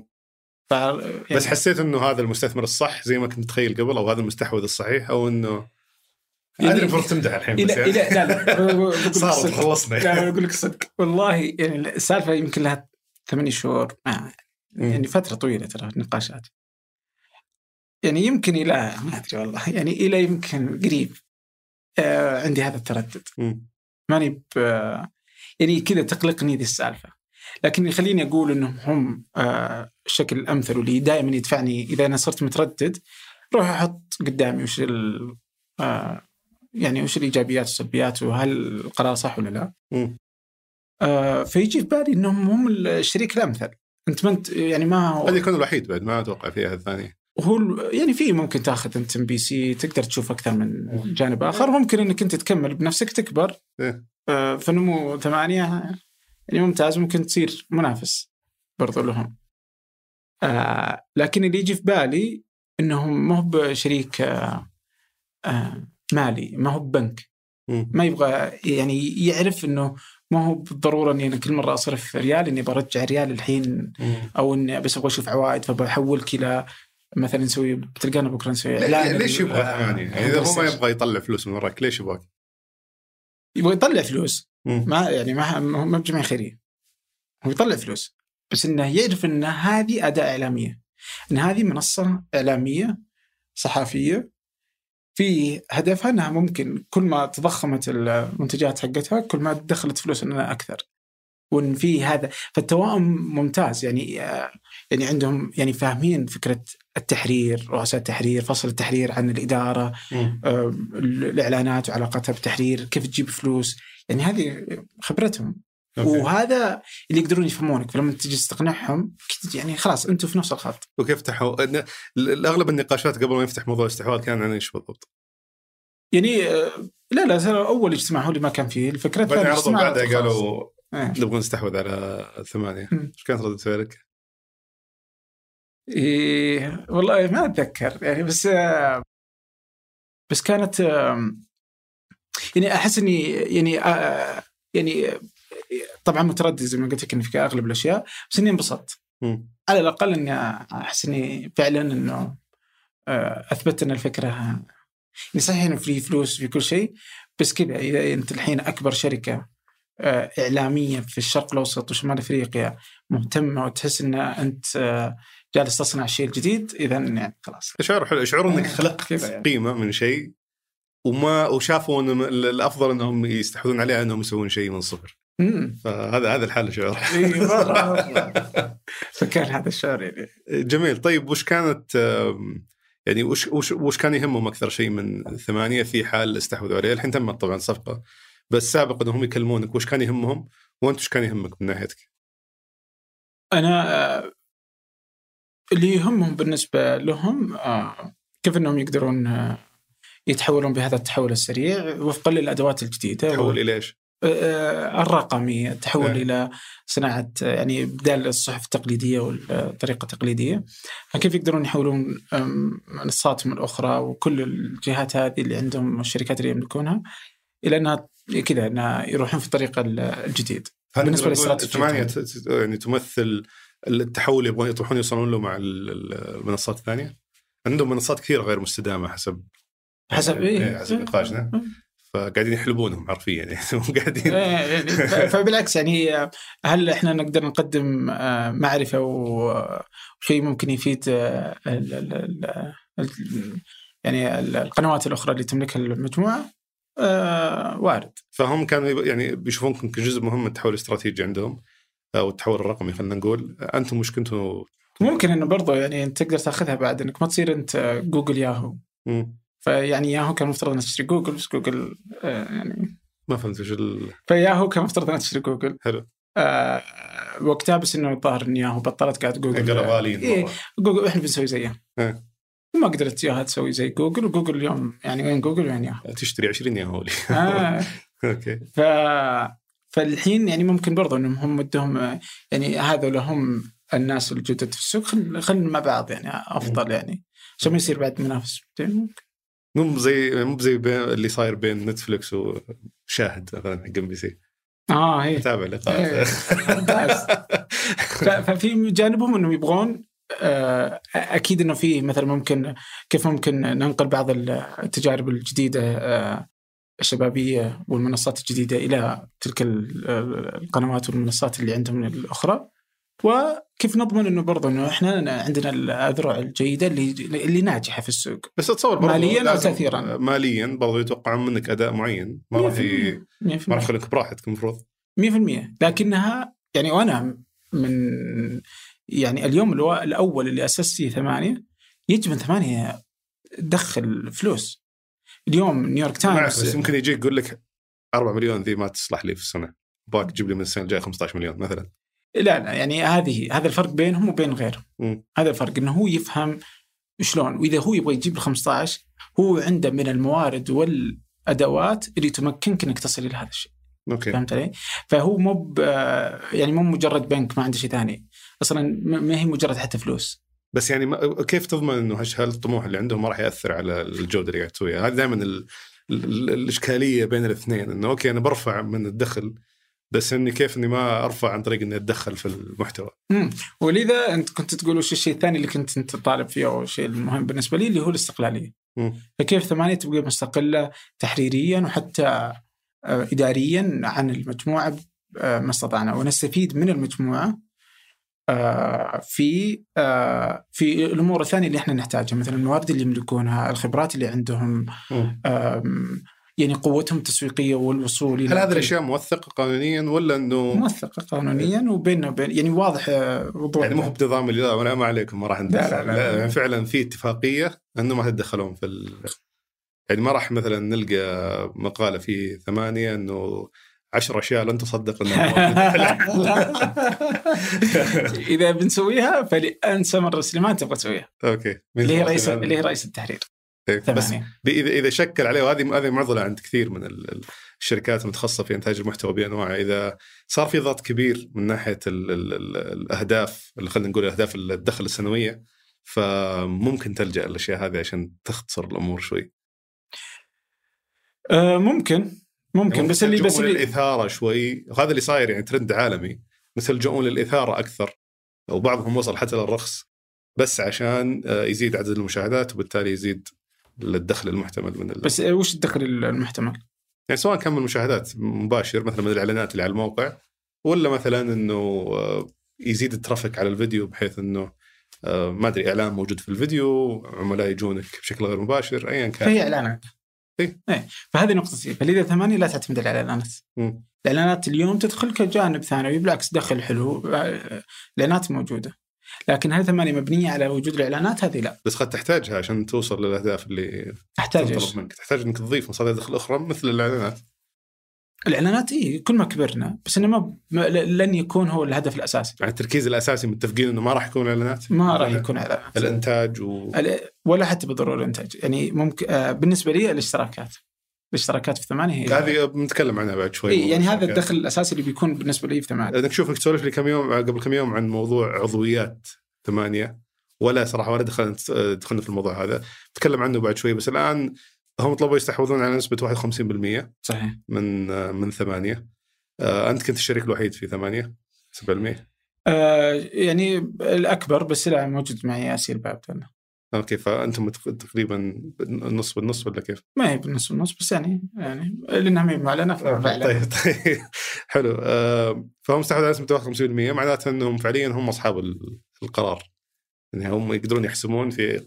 يعني بس حسيت إنه هذا المستثمر الصح زي ما كنت متخيل قبل أو هذا المستحوذ الصحيح أو إنه أدري فرص تمدح الحين بس يعني لا صارت خلصنا. لا أقول لك صدق والله يعني السالفة يمكن لها 8 شهور يعني فترة طويلة ترى نقاشات يعني يمكن إلى ما أدري والله يعني إلى يمكن قريب عندي هذا التردد ماني يعني كذا تقلقني ذي السالفة. لكن يخليني أقول إنهم هم الشكل الأمثل واللي دائما يدفعني إذا أنا صرت متردد روح أحط قدامي وش يعني وش الإيجابيات والسلبيات وهل القرار صح ولا لا. فيجي في بالي إنهم هم الشريك الأمثل. أنت يعني ما هو هذا يكون الوحيد بعد ما أتوقع فيها الثانية. هو يعني فيه ممكن تأخذ أنت MBC تقدر تشوف أكثر من جانب آخر ممكن إنك أنت تكمل بنفسك تكبر فنمو 8 يعني ممتاز ممكن تصير منافس برضو لهم. لكن اللي يجي في بالي إنهم ما هو بشريك مالي ما هو ببنك ما يبغى يعني يعرف إنه ما هو بالضرورة إني أنا كل مرة أصرف ريال إني برجع ريال الحين أو إني بس أبغى أشوف عوائد فبحولك إلى مثلا نسوي بتلقانا بكرة نسوي إعلان. ليش يبغى 8 يعني إذا هو ما يبغى يطلع فلوس من وراك ليش يبغى يطلع فلوس ما يعني ما بجمع خيرية هو يطلع فلوس بس إنه يعرف إن هذه أداة إعلامية إن هذه منصة إعلامية صحفية في هدفها أنها ممكن كل ما تضخمت المنتجات حقتها كل ما دخلت فلوس أنها أكثر وإن في هذا فالتوائم ممتاز يعني عندهم يعني فاهمين فكرة التحرير رؤساء التحرير فصل التحرير عن الإدارة الإعلانات وعلاقتها بالتحرير كيف تجيب فلوس يعني هذه خبرتهم. وهذا اللي يقدرون يفهمونك فلما تجي تقنعهم يعني خلاص أنتوا في نفس الخط. وكيف فتحوا الأغلب النقاشات قبل ما يفتح موضوع الاستحواذ كان عن إيش بالضبط يعني لا أول اجتماع هو اللي ما كان فيه الفكرة بعدها قالوا نبغى نستحوذ على 8 إيش كانت ردة فعلك؟ إيه والله ما أتذكر يعني، بس كانت يعني أحس إني يعني طبعا متردد زي ما قلت لك إن في أغلب الأشياء، بس إني انبسطت على الأقل. إني أحس إني فعلا إنه أثبت أن الفكرة يعني صحيح إنه في فلوس في كل شيء، بس كذا إذا أنت الحين أكبر شركة إعلامية في الشرق الأوسط وشمال أفريقيا مهتمة وتحس إن أنت جالس تصنع الشيء الجديد، إذا يعني خلاص شعور حلو، شعور إنك خلقت يعني قيمة من شيء وشافوا إن الأفضل إنهم يستحوذون عليها إنهم يسوون شيء من الصفر. فهذا الحل شعور. فكان هذا الشعور يعني جميل. طيب وش كانت يعني وش كان يهمهم أكثر شيء من 8 في حال استحوذوا عليه؟ الحين تمت طبعا صفقة، بس سابقا إنهم يكلمونك وش كان يهمهم وأنت وش كان يهمك من ناحيتك؟ أنا اللي يهمهم بالنسبة لهم كيف أنهم يقدرون يتحولون بهذا التحول السريع وفقا للأدوات الجديدة. تحول إلى إيش؟ الرقمي، التحول إلى صناعة يعني بدال الصحف التقليدية والطريقة التقليدية، كيف يقدرون يحولون منصاتهم الأخرى وكل الجهات هذه اللي عندهم والشركات اللي يملكونها إلى أنها كذا أنها يروحون في الطريق الجديد. بالنسبة للاستراتيجية 8 يعني تمثل التحول يبغون يطرحون يوصلون له مع المنصات الثانية. عندهم منصات كثيرة غير مستدامة حسب حسب نقاشنا، فقاعدين يحلبونهم حرفيا يعني قاعدين فبالعكس يعني هل احنا نقدر نقدم معرفة وشيء ممكن يفيد يعني القنوات الأخرى اللي تملكها المجموعة؟ وارد. فهم كانوا يعني بيشوفونكم كجزء مهم من التحول الاستراتيجي عندهم أو التحول الرقمي خلينا نقول. أنتم مش كنتوا ممكن إنه برضو يعني أنت تقدر تأخذها بعد إنك ما تصير أنت جوجل ياهو. فيعني ياهو كان مفترض أن تشتري جوجل، بس جوجل يعني ما فهمت وش فياهو كان مفترض أن تشتري جوجل. حلو. وقتها بس إنه الظاهر إن ياهو بطلت قاعد جوجل جوجل إحنا بنسوي زيه. وما قدرت ياها تسوي زي جوجل، وجوجل اليوم يعني وين جوجل وين ياهو؟ تشتري 20 ياهو لي. أوكي. فالحين يعني ممكن برضو إنهم هم ودهم يعني هذا لهم الناس الجدد في السوق، خلنا مع بعض يعني أفضل يعني عشان ما يصير بعد منافس. مو زي اللي صاير بين نتفليكس وشاهد مثلا حق MBC. هي تابع لقاء. ففي جانبهم إنهم يبغون أكيد إنه في مثلا ممكن كيف ممكن ننقل بعض التجارب الجديدة الشبابية والمنصات الجديدة إلى تلك القنوات والمنصات اللي عندهم الأخرى، وكيف نضمن إنه برضو إنه إحنا عندنا الأذرع الجيدة اللي ناجحة في السوق. بس أتصور ماليا وتأثيرا. ماليا برضو يتوقعون منك أداء معين، ما راح يخليك براحتك المفروض 100%. لكنها يعني وأنا من يعني اليوم الأول اللي أسست فيه 8 يجب أن 8 تدخل فلوس. اليوم نيويورك تايمز بس يمكن يجيك يقول لك 4 مليون ذي ما تصلح لي في السنة، باك تجيب لي من السنة الجاية 15 مليون مثلا. لا يعني هذا الفرق بينهم وبين غيرهم. هذا الفرق إنه هو يفهم شلون، وإذا هو يبغى يجيب 15 هو عنده من الموارد والأدوات اللي تمكنك إنك تصل إلى هذا الشيء. فهمت علي؟ فهو يعني مو مجرد بنك ما عنده شيء ثاني أصلا، ما هي مجرد حتى فلوس. بس يعني كيف تضمن إنه هالطموح اللي عندهم ما راح يأثر على الجودة اللي قاعد تسويها؟ هذا دائما الإشكالية بين الاثنين، إنه أوكي أنا برفع من الدخل، بس إني كيف إني ما أرفع عن طريق إني أتدخل في المحتوى. ولذا أنت كنت تقول وش الشيء الثاني اللي كنت أنت طالب فيه أو الشيء المهم بالنسبة لي اللي هو الاستقلالية. فكيف 8 تبقى مستقلة تحريريا وحتى إداريا عن المجموعة ما استطعنا، ونستفيد من المجموعة في الأمور الثانية اللي إحنا نحتاجها، مثلا الموارد اللي يملكونها، الخبرات اللي عندهم، يعني قوتهم التسويقية والوصول. هل هذه الأشياء موثقة قانونيا ولا إنه موثقة قانونيا وبين يعني واضح وضوح؟ يعني مو بنظام اللي لا ولا ما عليكم ما راح ندخل. لا يعني فعلا في اتفاقية أنه ما تتدخلون في يعني ما راح مثلا نلقى مقالة في 8 أنه 10 أشياء لن تصدق إذا بنسويها فلأنسى مرة سليمان تبغى تسويها. أوكي. اللي هي رئيس التحرير. بس إذا شكل عليه، وهذه معضلة عند كثير من الشركات المتخصصة في إنتاج المحتوى بأنواعه، إذا صار في ضغط كبير من ناحية الأهداف اللي خلينا نقول أهداف الدخل السنوية، فممكن تلجأ الأشياء هذه عشان تختصر الأمور شوي. ممكن يعني بس اللي الإثارة شوي، وهذا اللي صاير يعني ترند عالمي، مثل جؤون للإثارة أكثر، وبعضهم وصل حتى للرخص بس عشان يزيد عدد المشاهدات وبالتالي يزيد الدخل المحتمل من بس وش الدخل المحتمل؟ يعني سواء كان من المشاهدات مباشر مثلا من الإعلانات اللي على الموقع، ولا مثلا إنه يزيد الترافيك على الفيديو بحيث إنه ما أدري إعلان موجود في الفيديو، عملاء يجونك بشكل غير مباشر أيا كان. فهي إعلانات. إيه. فهذه نقطتي. فالإذا 8 لا تعتمد على الإعلانات. الإعلانات اليوم تدخل كجانب ثانوي، بالعكس دخل حلو، الإعلانات موجودة. لكن هل 8 مبنية على وجود الإعلانات؟ هذه لا. بس قد تحتاجها عشان توصل للأهداف اللي تحتاج منك. تحتاج إنك تضيف مصادر دخل أخرى مثل الإعلانات. الإعلانات كل ما كبرنا، بس إنه لن يكون هو الهدف الأساسي. يعني التركيز الأساسي متفقين إنه ما راح يكون إعلانات. ما راح يكون إعلانات. الإنتاج ولا حتى بالضرورة الإنتاج. يعني ممكن بالنسبة لي الاشتراكات في 8 هي هذه بنتكلم عنها بعد شوي. يعني هذا الدخل الأساسي اللي بيكون بالنسبة لي في 8. أنا شوفك تسولف لي قبل كم يوم عن موضوع عضويات 8، ولا صراحة ولا دخلنا في الموضوع هذا، نتكلم عنه بعد شوي. بس الآن هم طلبوا يستحوذون على نسبة 51%. صحيح. من 8. أنت كنت الشريك الوحيد في 8 7%. يعني الأكبر، بس لا موجود معي ياسير بعبد. اوكي، فانتم تقريبا النص بالنص ولا كيف؟ ما هي بالنص بالنص، بس يعني لانها ما معلنه. طيب حلو. فهم استحوذوا على نسبة 51%، معناته انهم فعليا هم اصحاب القرار، يعني هم يقدرون يحسمون في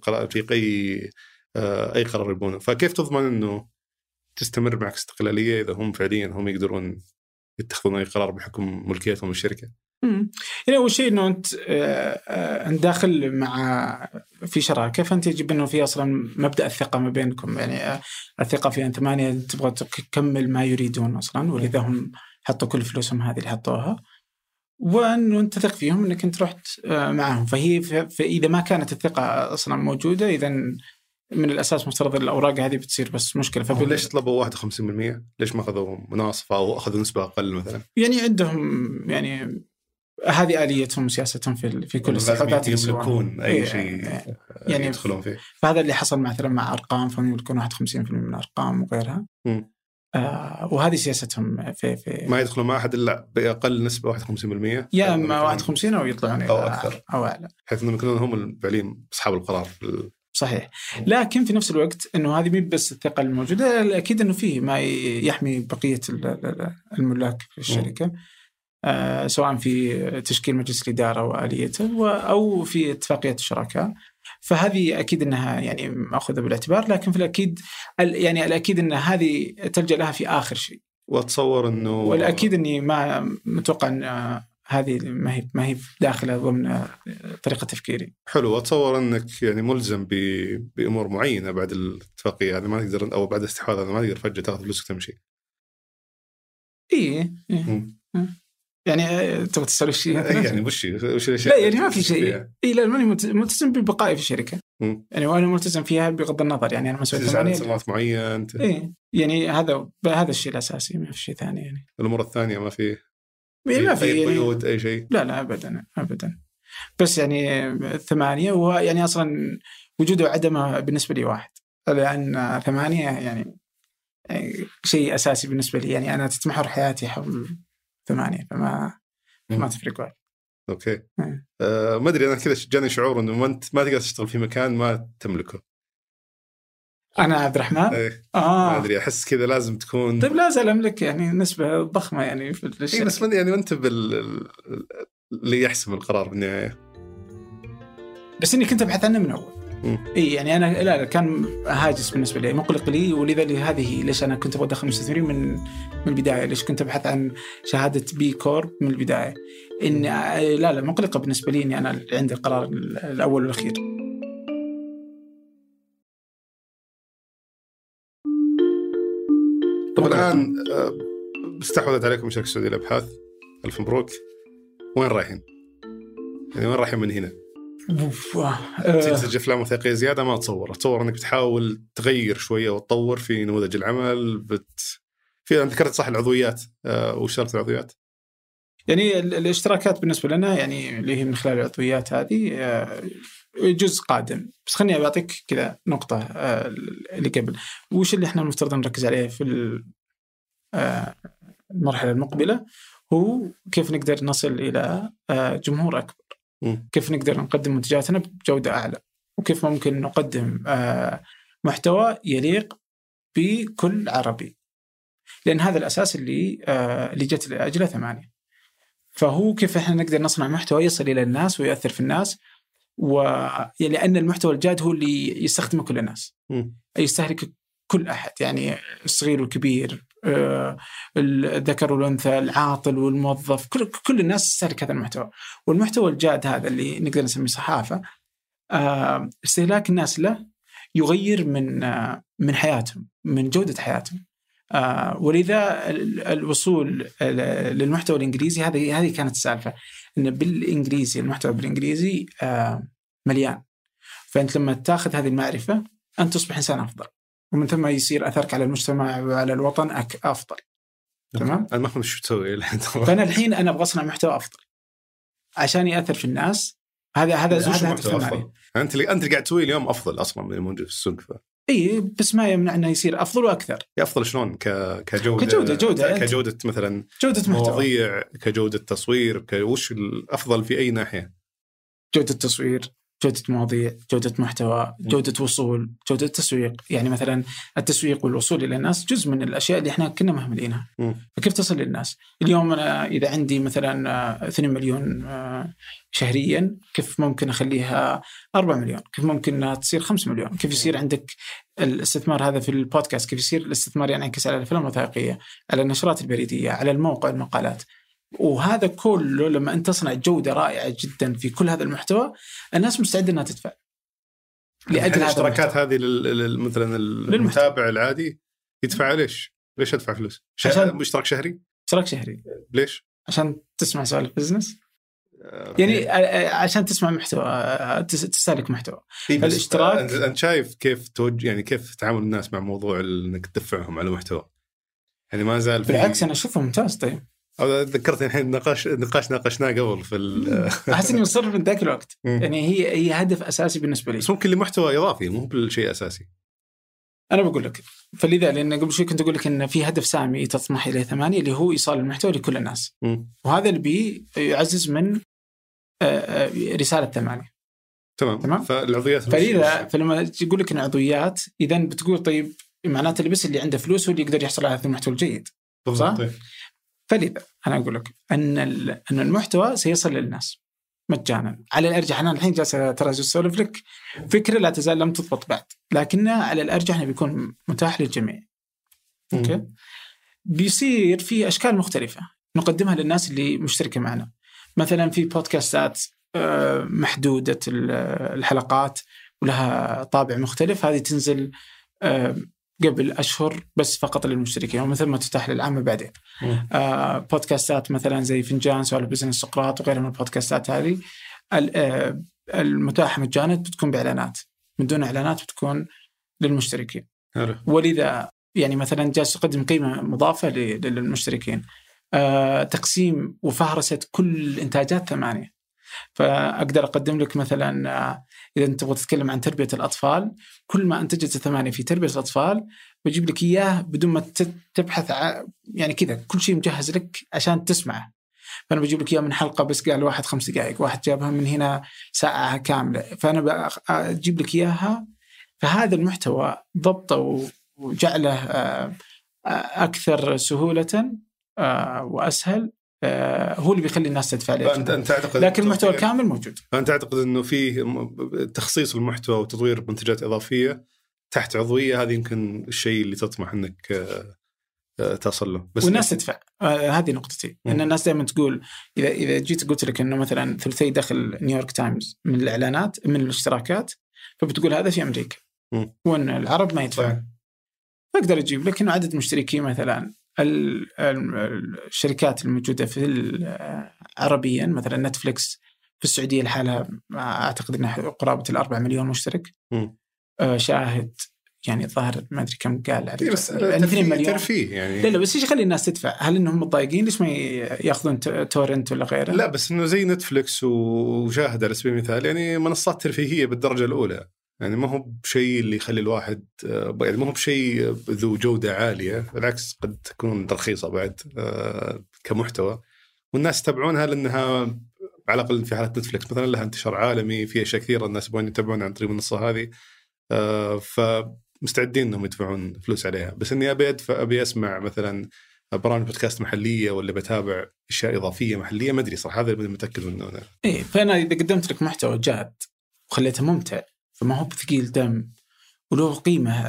اي قرار يبونه. فكيف تضمن انه تستمر معك استقلاليه اذا هم فعليا يقدرون يتخذون اي قرار بحكم ملكيتهم للشركه؟ يعني أول شيء إنه أنت داخل مع في شراكة، فأنت يجب إنه في أصلا مبدأ الثقة ما بينكم. يعني الثقة في أن 8 تبغى تكمل ما يريدون أصلا، ولذا هم حطوا كل فلوسهم هذه اللي حطوها، وأنه أنت تثق فيهم إنك أنت رحت معهم. فإذا ما كانت الثقة أصلا موجودة، إذا من الأساس مفترض الأوراق هذه بتصير بس مشكلة. ليش طلبوا 51%؟ ليش ما أخذوا مناصفة أو أخذوا نسبة أقل مثلا؟ يعني عندهم يعني هذه آليتهم وسياستهم في كل الاستحواذات يملكون أي شيء يعني يدخلون فيه. فهذا اللي حصل مثلا مع أرقام، فهم يملكون 51% من الأرقام وغيرها. وهذه سياستهم في ما يدخلون مع أحد إلا بأقل نسبة 51%، يا إما 51 أو يطلعون أو أكثر أو أعلى، حيث أنهم يكونون هم الفعليين أصحاب القرار. صحيح. لكن في نفس الوقت إنه هذه مي بس الثقة الموجودة، أكيد إنه فيه ما يحمي بقية الملاك في الشركة، سواء في تشكيل مجلس الإدارة وآليته أو في اتفاقية الشركاء. فهذه أكيد أنها يعني مأخذة بالاعتبار، لكن في الأكيد يعني الأكيد أن هذه تلجأ لها في آخر شيء. وأتصور أنه والأكيد أني ما متوقع أن هذه ما هي داخلة ضمن طريقة تفكيري. حلو. وأتصور أنك يعني ملزم بأمور معينة بعد الاتفاقية، يعني ما تقدر، أو بعد الاستحواذ هذا ما تقدر فجأة تأخذ فلوسك تمشي. إيه. يعني تبغى تسأل شيء يعني وش الأشياء؟ لا يعني ما في شيء. لا ماني ملتزم ببقائي في الشركة. يعني وأنا ملتزم فيها بغض النظر، يعني أنا مسؤول عن سنوات معين. يعني هذا الشيء الأساسي، ما في شيء ثاني. يعني الأمور الثانية ما في قيود أي شيء. لا أبدا. بس يعني 8 ويعني أصلا وجوده وعدمه بالنسبة لي واحد، لأن 8 يعني شيء أساسي بالنسبة لي. يعني أنا تتمحور حياتي حول 8، فما تفرق واحد. اوكي. ما ادري، انا كذا جاني شعور انه انت ما تقدر تشتغل في مكان ما تملكه. انا عبد الرحمن ما ادري، احس كذا لازم تكون. طيب لا زال املك يعني نسبه ضخمه يعني في الشيء. بس يعني انت اللي يحسم القرار بالنهايه. بس اني كنت ابحث عنه من اول. يعني انا لا كان هاجس بالنسبه لي، مقلق لي، ولذا هذه ليش انا كنت ابغى ادخل مستثمرين من البدايه. ليش كنت ابحث عن شهاده بي كورب من البدايه؟ ان لا مقلقه بالنسبه لي اني انا عندي القرار الاول والاخير. طب الان استحوذت عليكم شركه السعوديه للابحاث، الف مبروك. وين رايحين؟ يعني وين رايحين من هنا؟ تنتج أفلام وثائقية زيادة ما أتصور أنك بتحاول تغير شوية وتطور في نموذج العمل. في أنت ذكرت صح العضويات، واشتركت العضويات. يعني الاشتراكات بالنسبة لنا يعني اللي هي من خلال العضويات هذه جزء قادم. بس خلني أعطيك كذا نقطة اللي قبل، وش اللي احنا المفترض نركز عليه في المرحلة المقبلة، هو كيف نقدر نصل إلى جمهور أكبر، كيف نقدر نقدم منتجاتنا بجودة أعلى، وكيف ممكن نقدم محتوى يليق بكل عربي، لأن هذا الأساس اللي جت لأجله 8. فهو كيف إحنا نقدر نصنع محتوى يصل إلى الناس ويأثر في الناس، لأن المحتوى الجاد هو اللي يستخدمه كل الناس، يستهلك كل أحد، يعني الصغير والكبير، الذكر والأنثى، العاطل والموظف، كل الناس تستهلك هذا المحتوى. والمحتوى الجاد هذا اللي نقدر نسميه صحافة، استهلاك الناس له يغير من حياتهم، من جودة حياتهم. ولذا الوصول للمحتوى الإنجليزي هذه كانت السالفة، إن بالإنجليزي المحتوى بالإنجليزي مليان. فأنت لما تأخذ هذه المعرفة أنت تصبح إنسان أفضل، ومن ثم يصير أثرك على المجتمع وعلى الوطن أفضل. تمام؟ أنا ما أفهم شو تسوي. فأنا الحين أنا أبغى أصنع محتوى أفضل عشان يأثر في الناس. هذا محتوى أفضل. أنت اللي قاعد تسوي اليوم أفضل أصلاً من الموجود في السوق. إيه، بس ما يمنع أنه يصير أفضل وأكثر. أفضل شلون؟ كجودة مثلاً جودة مواضيع، كجودة تصوير، وش الأفضل في أي ناحية؟ جودة تصوير، جودة مواضيع، جودة محتوى، جودة وصول، جودة تسويق. يعني مثلا التسويق والوصول إلى الناس جزء من الأشياء اللي إحنا كنا مهملينها. فكيف تصل للناس؟ اليوم أنا إذا عندي مثلا 2 مليون شهريا، كيف ممكن أخليها 4 مليون؟ كيف ممكن تصير 5 مليون؟ كيف يصير عندك الاستثمار هذا في البودكاست؟ كيف يصير الاستثمار ينعكس على الأفلام الوثائقية، على النشرات البريدية، على الموقع، المقالات؟ وهذا كله لما أنت تصنع جودة رائعة جدا في كل هذا المحتوى، الناس مستعدة أنها تدفع لأجل الاشتراكات هذه. مثلا المتابع العادي يدفع ليش أدفع فلوس؟ اشتراك شهري. ليش؟ عشان تسمع سؤال البزنس، يعني عشان تسمع محتوى، تستهلك محتوى. الاشتراك أنت شايف كيف يعني كيف تعامل الناس مع موضوع إنك تدفعهم على محتوى؟ يعني ما زال بالعكس أنا أشوفه ممتاز. طيب ذكرتني الحين نقاش ناقشناه قبل في أحس إني مصر من ذاك الوقت. يعني هي هدف أساسي بالنسبة لي، بس ممكن لمحتوى إضافي، مو بالشيء أساسي. أنا بقول لك فلذا، لأن قبل شوي كنت أقول لك إن في هدف سامي تطمح إليه 8 اللي هو إيصال المحتوى لكل الناس. وهذا اللي بيعزز من رسالة 8. تمام. فالعضويات فلما تقول لك إن عضويات، إذا بتقول طيب معناته اللي بس اللي عنده فلوس هو اللي يقدر يحصل على هذا المحتوى الجيد، صح؟ فلذا أنا أقول لك أن المحتوى سيصل للناس مجانا. على الأرجح أنا الحين جالس ترى أسولف لك فكرة لا تزال لم تضبط بعد، لكنها على الأرجح أنه بيكون متاح للجميع. أوكي. بيصير في أشكال مختلفة نقدمها للناس اللي مشتركة معنا. مثلا في بودكاستات محدودة الحلقات ولها طابع مختلف، هذه تنزل قبل أشهر بس فقط للمشتركين، ومن ثم تتاح للعامة بعدين. بودكاستات مثلا زي فنجان، سؤال بزنس، سقراط وغيرها من البودكاستات هذه المتاحة مجانا بتكون بإعلانات، من دون إعلانات بتكون للمشتركين. ولذا يعني مثلا جالس تقدم قيمة مضافة للمشتركين، تقسيم وفهرسة كل إنتاجات 8. فأقدر أقدم لك مثلا إذا أنت تبغى تتكلم عن تربية الأطفال، كل ما أنتجت 8 في تربية الأطفال بجيب لك إياه بدون ما تبحث يعني كذا، كل شيء مجهز لك عشان تسمعه. فأنا بجيب لك إياه من حلقة بس قال واحد 5 دقائق، واحد جابها من هنا ساعة كاملة، فأنا أجيب لك إياها. فهذا المحتوى ضبطه وجعله أكثر سهولة وأسهل هو اللي بيخلي الناس تدفع عليه. لكن المحتوى الكامل موجود. فأنت تعتقد أنه فيه تخصيص المحتوى وتطوير منتجات إضافية تحت عضوية، هذه يمكن الشيء اللي تطمح أنك تصل له. بس والناس تدفع. هذه نقطتي. إن الناس دائما تقول إذا جيت قلت لك إنه مثلا 3 دخل نيويورك تايمز من الإعلانات من الاشتراكات، فبتقول هذا في أمريكا وأن العرب ما يدفع. فأقدر أجيب لك إنه عدد مشتركين مثلا الشركات الموجودة في عربيا مثلا نتفليكس في السعودية الحالة أعتقد أنها قرابة 4 مليون مشترك. شاهد يعني الظاهر ما أدري كم قال عليه، بس 2 مليون ترفيه يعني. لا بس إيش يخلي الناس تدفع؟ هل إنهم متضايقين ليش ما يأخذون تورنت ولا غيره؟ لا بس إنه زي نتفليكس وشاهد على سبيل المثال يعني منصات ترفيهية بالدرجة الأولى، يعني ما هو بشيء اللي يخلي الواحد يعني ما هو بشيء ذو جودة عالية، بالعكس قد تكون رخيصة بعد كمحتوى، والناس يتابعونها لأنها على الأقل في حالة نتفليكس مثلا لها انتشار عالمي، في أشياء كثيرة الناس يبغون يتابعونها عن طريق المنصة هذه، فمستعدين إنهم يدفعون فلوس عليها. بس إني أبي أسمع مثلا برامج بودكاست محلية ولا بتابع أشياء إضافية محلية، ما أدري صراحة، هذا اللي متأكد منه أنا. إيه، فأنا إذا قدمت لك محتوى جاد وخليته ممتع فما هو بثقيل دم وله قيمة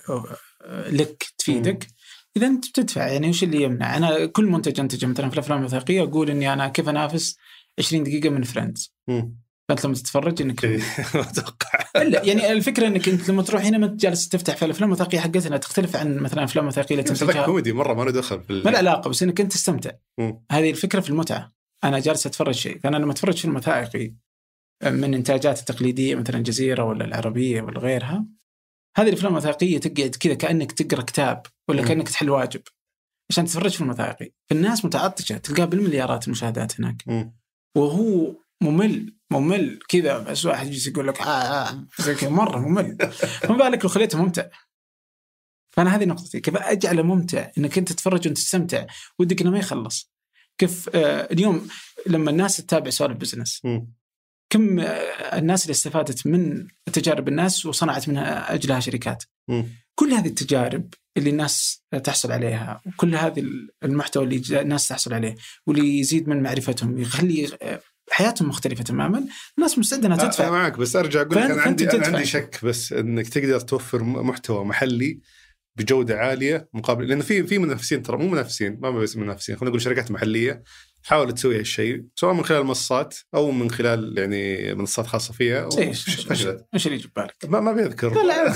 لك تفيدك، إذا أنت بتدفع. يعني وش اللي يمنع؟ أنا كل منتج أنتجه مثلا في الأفلام الوثائقية أقول إني أنا كيف أنافس 20 دقيقة من فريندز. فأنت لما تتفرج إنك أتوقع لا يعني الفكرة إنك أنت لما تروح هنا ما جالس تفتح في الأفلام الوثائقية حقتنا تختلف عن مثلا أفلام وثائقية تنتجها كوميدي مرة ما له دخل ما له علاقة، بس إنك أنت تستمتع. هذه الفكرة في المتعة. أنا جالس أتفرج شيء، فأنا لما أتفرج فيلم وثائقي من إنتاجات التقليدية مثلا الجزيرة ولا العربية ولا غيرها، هذه الأفلام الوثائقية تقعد كذا كأنك تقرأ كتاب ولا كأنك تحل واجب عشان تتفرج فيلم وثائقي. فالناس متعطشة، تلقاه بالمليارات المشاهدات هناك وهو ممل كذا، بس واحد يجي يقول لك زي كذا مرة ممل، ما بالك لو خليته ممتع. فأنا هذه نقطتي، كيف أجعله ممتع إنك أنت تتفرج وأنت تستمتع ودك إنه ما يخلص. كيف اليوم لما الناس تتابع سوالف بزنس كم الناس اللي استفادت من تجارب الناس وصنعت منها أجلها شركات. كل هذه التجارب اللي الناس تحصل عليها وكل هذه المحتوى اللي الناس تحصل عليه واللي يزيد من معرفتهم يخلي حياتهم مختلفة تماما، الناس مستعدة أنها تدفع. أنا معك، بس أرجع أقول لك أنا عندي شك بس إنك تقدر توفر محتوى محلي بجودة عالية مقابل، لأن في منافسين، ترى مو منافسين، ما بس منافسين، خلينا نقول شركات محلية حاول تسوي هالشيء سواء من خلال منصات أو من خلال يعني منصات خاصة فيها. فشلت. إيش اللي يجيب بالك؟ ما بيذكر. لا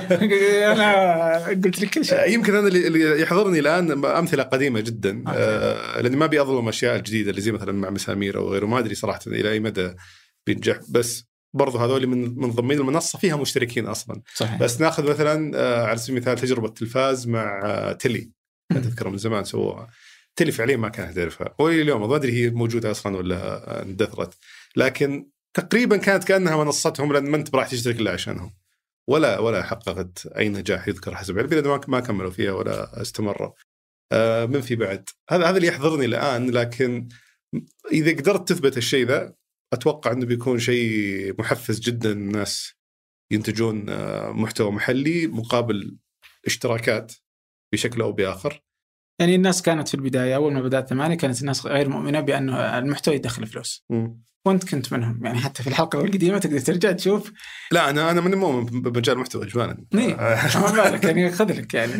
أنا قلت لك كل شيء. يمكن أنا اللي يحضرني الآن أمثلة قديمة جدا، لأني ما بيأظلم أشياء الجديدة اللي زي مثلا مع مسامير أو غيره، ما أدري صراحة إلى أي مدى بينجح، بس برضو هذول من ضمن المنصة فيها مشتركين أصلا. صحيح. بس ناخذ مثلا على سبيل المثال تجربة تلفاز مع تيلي، تذكر من زمان سووها. تيلي فعليا ما كانت تعرفها، واليوم ما أدري هي موجودة أصلا ولا اندثرت، لكن تقريبا كانت كأنها منصتهم، لأن ما أنت راح تشترك إلا عشانهم، ولا حققت أي نجاح يذكر حسب علمي، ما كملوا فيها ولا استمروا. من في بعد هذا اللي يحضرني الآن. لكن إذا قدرت تثبت الشيء ذا أتوقع أنه بيكون شيء محفز جدا، الناس ينتجون محتوى محلي مقابل اشتراكات بشكل أو بآخر. يعني الناس كانت في البداية أول ما بدأت 8 كانت الناس غير مؤمنة بأنه المحتوى يدخل فلوس، وأنت كنت منهم. يعني حتى في الحلقة القديمة تقدر ترجع تشوف. لا أنا من المؤمن بمجال المحتوى إجمالا. ما بالك يعني خذ لك يعني.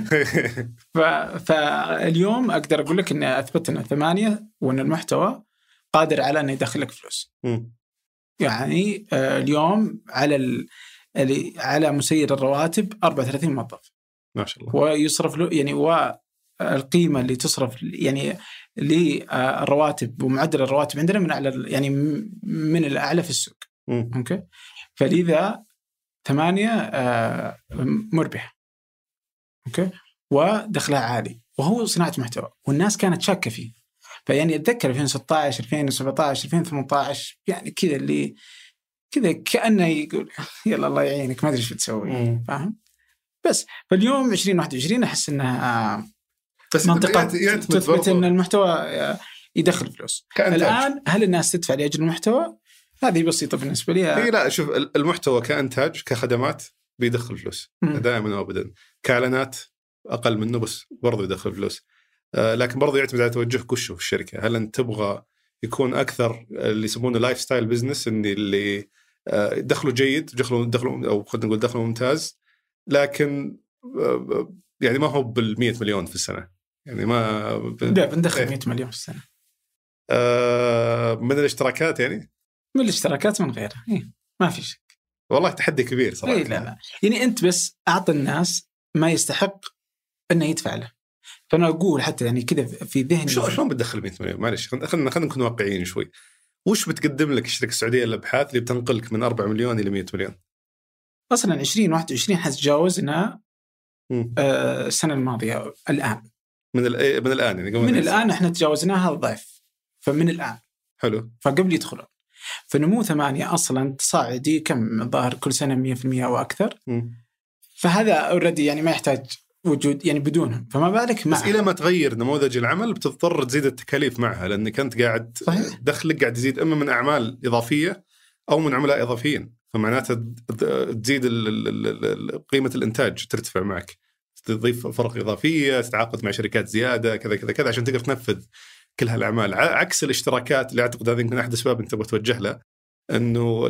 فاليوم أقدر أقول لك إن أثبت أن 8 وأن المحتوى قادر على أن يدخل لك فلوس. يعني اليوم على مسير الرواتب 34 موظف ما شاء الله، ويصرف له يعني والقيمة اللي تصرف يعني للرواتب ومعدل الرواتب عندنا من أعلى، يعني من الأعلى في السوق. أوكي، فلذا 8 مربح، أوكي، ودخلها عالي، وهو صناعة محتوى والناس كانت شاكة فيه. فيعني أتذكر 2016 2017 2018 يعني كذا اللي كذا كأنه يقول يلا الله يعينك ما أدري إيش بتسوي، فاهم؟ بس فاليوم 2021 أحس إنها منطقة تثبت إن المحتوى يدخل فلوس. الآن هل الناس تدفع لأجل المحتوى؟ هذه بسيطة بالنسبة لي. لا شوف، المحتوى كإنتاج كخدمات بيدخل فلوس دائما وأبدا، كإعلانات أقل منه بس برضو يدخل فلوس. لكن برضو يعتمد على توجهك وشه في الشركة. هل أنت تبغى يكون أكثر اللي يسمونه لايف ستايل بيزنس، اللي دخله جيد، دخله أو خلينا نقول دخله ممتاز، لكن يعني ما هو بال100 مليون في السنة، يعني ما بندخل 100 مليون في السنة من الاشتراكات، يعني من الاشتراكات من غيرها. ما في شك، والله تحدي كبير صراحة. لا يعني أنت بس أعطي الناس ما يستحق أنه يدفع له. فأنا أقول حتى يعني كذا في ذهني شلون بتدخل 100 مليون؟ معلش خلينا نكون واقعيين شوي. وش بتقدم لك الشركة السعودية للأبحاث اللي بتنقلك من 4 مليون إلى 100 مليون؟ أصلا 2021 حتجاوزنا السنة الماضية الآن. من الآن يعني من الآن إحنا تجاوزناها الضعف، فمن الآن حلو. فقبل يدخلون فنمو 8 أصلا تصاعدي كم ظاهر كل سنة 100% وأكثر. فهذا أوريدي يعني ما يحتاج وجود يعني بدونهم، فما بالك بس إلى ما تغير نموذج العمل بتضطر تزيد التكاليف معها، لأنك أنت قاعد صحيح. دخلك قاعد يزيد إما من أعمال إضافية أو من عملاء إضافيين، فمعناته تزيد قيمة الإنتاج ترتفع معك، تضيف فرق إضافية، تتعاقد مع شركات زيادة كذا كذا كذا عشان تقدر تنفذ كل هالأعمال. عكس الاشتراكات اللي أعتقد هذا يمكن أحد الأسباب أنت بتوجه له، أنه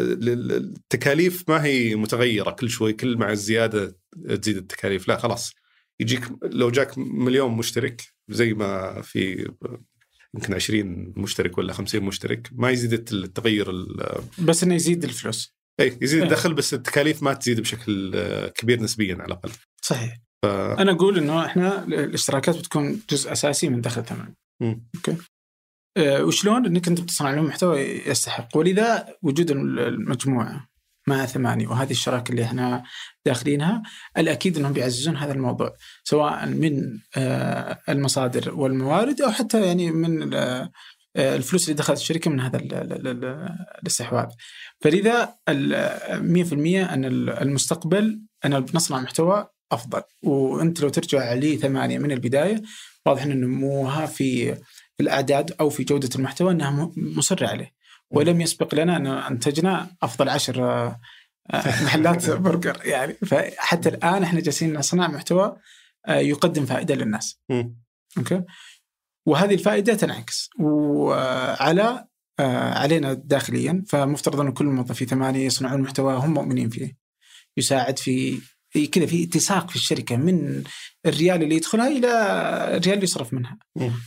التكاليف ما هي متغيرة كل شوي، كل مع الزيادة تزيد التكاليف. لا خلاص، يجيك لو جاك 1,000,000 مشترك زي ما في يمكن 20 مشترك ولا 50 مشترك، ما يزيد التغير بس إنه يزيد الفلوس، أي يزيد الدخل، بس التكاليف ما تزيد بشكل كبير نسبيا على الأقل. صحيح. أنا أقول إنه إحنا الاشتراكات بتكون جزء أساسي من دخل ثمن. أوكي. وشلون إنك أنت بتصنع لهم محتوى يستحق، ولذا وجود المجموعة مع 8 وهذه الشراكة اللي إحنا داخلينها الأكيد إنهم بيعززون هذا الموضوع، سواء من المصادر والموارد أو حتى يعني من الفلوس اللي دخلت الشركة من هذا الاستحواذ. فلذا 100% أن المستقبل أنا بنصنع محتوى أفضل. وأنت لو ترجع لي 8 من البداية واضح أن نموها في الأعداد أو في جودة المحتوى أنها مصرة عليه، ولم يسبق لنا أن أنتجنا أفضل 10 محلات برجر يعني. فحتى الآن إحنا جالسين نصنع محتوى يقدم فائدة للناس. أوكي. وهذه الفائدة تنعكس وعلى علينا داخليا. فمفترض أن كل موظفي 8 يصنعون محتوى هم مؤمنين فيه، يساعد في كذا في اتساق في الشركة من الريال اللي يدخلها إلى الريال اللي يصرف منها،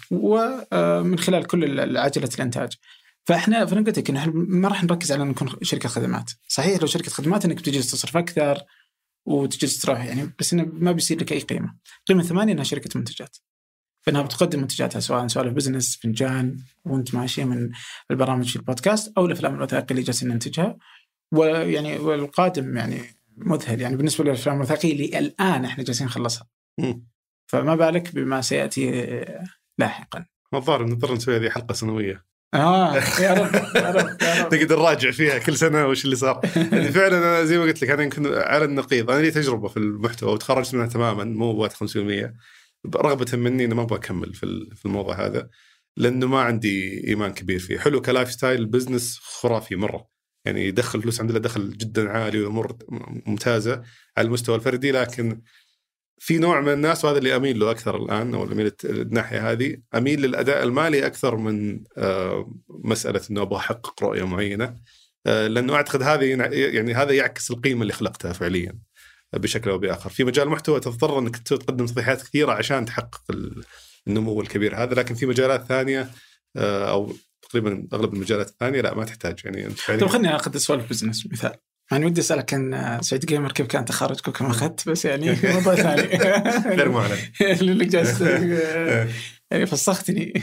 ومن خلال كل عجلة الإنتاج. فإحنا فنقولك إن ما راح نركز على أن نكون شركة خدمات. صحيح لو شركة خدمات إنك بتجلس تصرف أكثر وتجلس تروح يعني، بس إنه ما بيصير لك أي قيمة. قيمة 8 إنها شركة منتجات، فإنها بتقدم منتجاتها سواء سوالف بزنس، فنجان، وأنت ماشية من البرامج في البودكاست أو الأفلام الوثائقية اللي جالسين ننتجها. ويعني والقادم يعني مذهل يعني بالنسبة للأفلام الوثائقية اللي الآن إحنا جالسين نخلصها. فما بالك بما سيأتي لاحقا. الظاهر نضطر نسوي هذه حلقة سنوية. يا رب يا رب نقدر نراجع فيها كل سنة وش اللي صار. يعني فعلا أنا زي ما قلت لك أنا يمكن على النقيض، أنا لي تجربة في المحتوى وتخرجت منها تماما مو 500 رغبة مني إنه ما أبغى أكمل في الموضوع هذا، لأنه ما عندي إيمان كبير فيه. حلو كلايف ستايل بزنس خرافي مرة، يعني يدخل فلوس، عندنا دخل جدا عالي وأمور ممتازة على المستوى الفردي، لكن في نوع من الناس وهذا اللي أميل له أكثر الآن، أو أميل الناحية هذه، أميل للأداء المالي أكثر من مسألة إنه أبغى أحقق رؤية معينة، لأنه أعتقد هذه يعني هذا يعكس القيمة اللي خلقتها فعليا بشكل أو بآخر. في مجال المحتوى تضطر أنك تقدم تضحيات كثيرة عشان تحقق النمو الكبير هذا، لكن في مجالات ثانية أو تقريبا أغلب المجالات الثانية لا ما تحتاج يعني. طب خلني أخذ سؤال بزنس مثال. يعني ودي أسألك عن سعيد جيمر كيف كان تخرجك وكم أخذت، بس يعني موضوع ثاني غير معلن اللي جالس يعني فسختني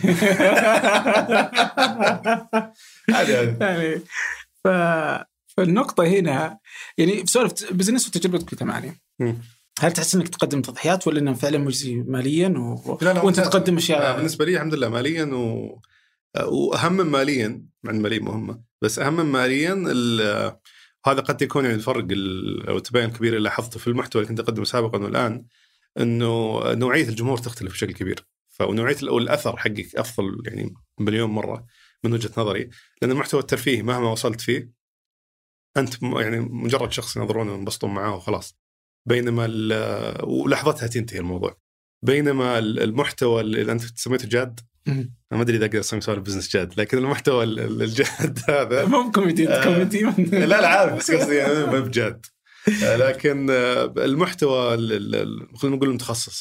يعني. فالنقطة هنا يعني في سؤال بزنس وتجربتك 8 هل تحس انك تقدم تضحيات ولا انه فعلا مجزي ماليا وانت تقدم اشياء؟ بالنسبه لي الحمد لله ماليا واهم من ماليا، مع الماليه مهمه، بس اهم من ماليا هذا قد يكون يعني الفرق او التباين الكبير اللي لاحظته في المحتوى اللي كنت اقدمه سابقا والان، انه نوعيه الجمهور تختلف بشكل كبير، فنوعيه الاثر حقك افضل يعني مليون مره من وجهه نظري، لان المحتوى الترفيهي مهما وصلت فيه انت يعني مجرد شخص ينظرونه وينبسطون معاه وخلاص، بينما ولحظتها تنتهي الموضوع. بينما المحتوى اللي انت سميته جاد، انا ما ادري اذا اقدر اسوي سؤال بزنس جاد، لكن المحتوى الجاد هذا مو كوميدي لا عارف، بس قصدي يعني ما بجاد، لكن المحتوى خلينا نقول المتخصص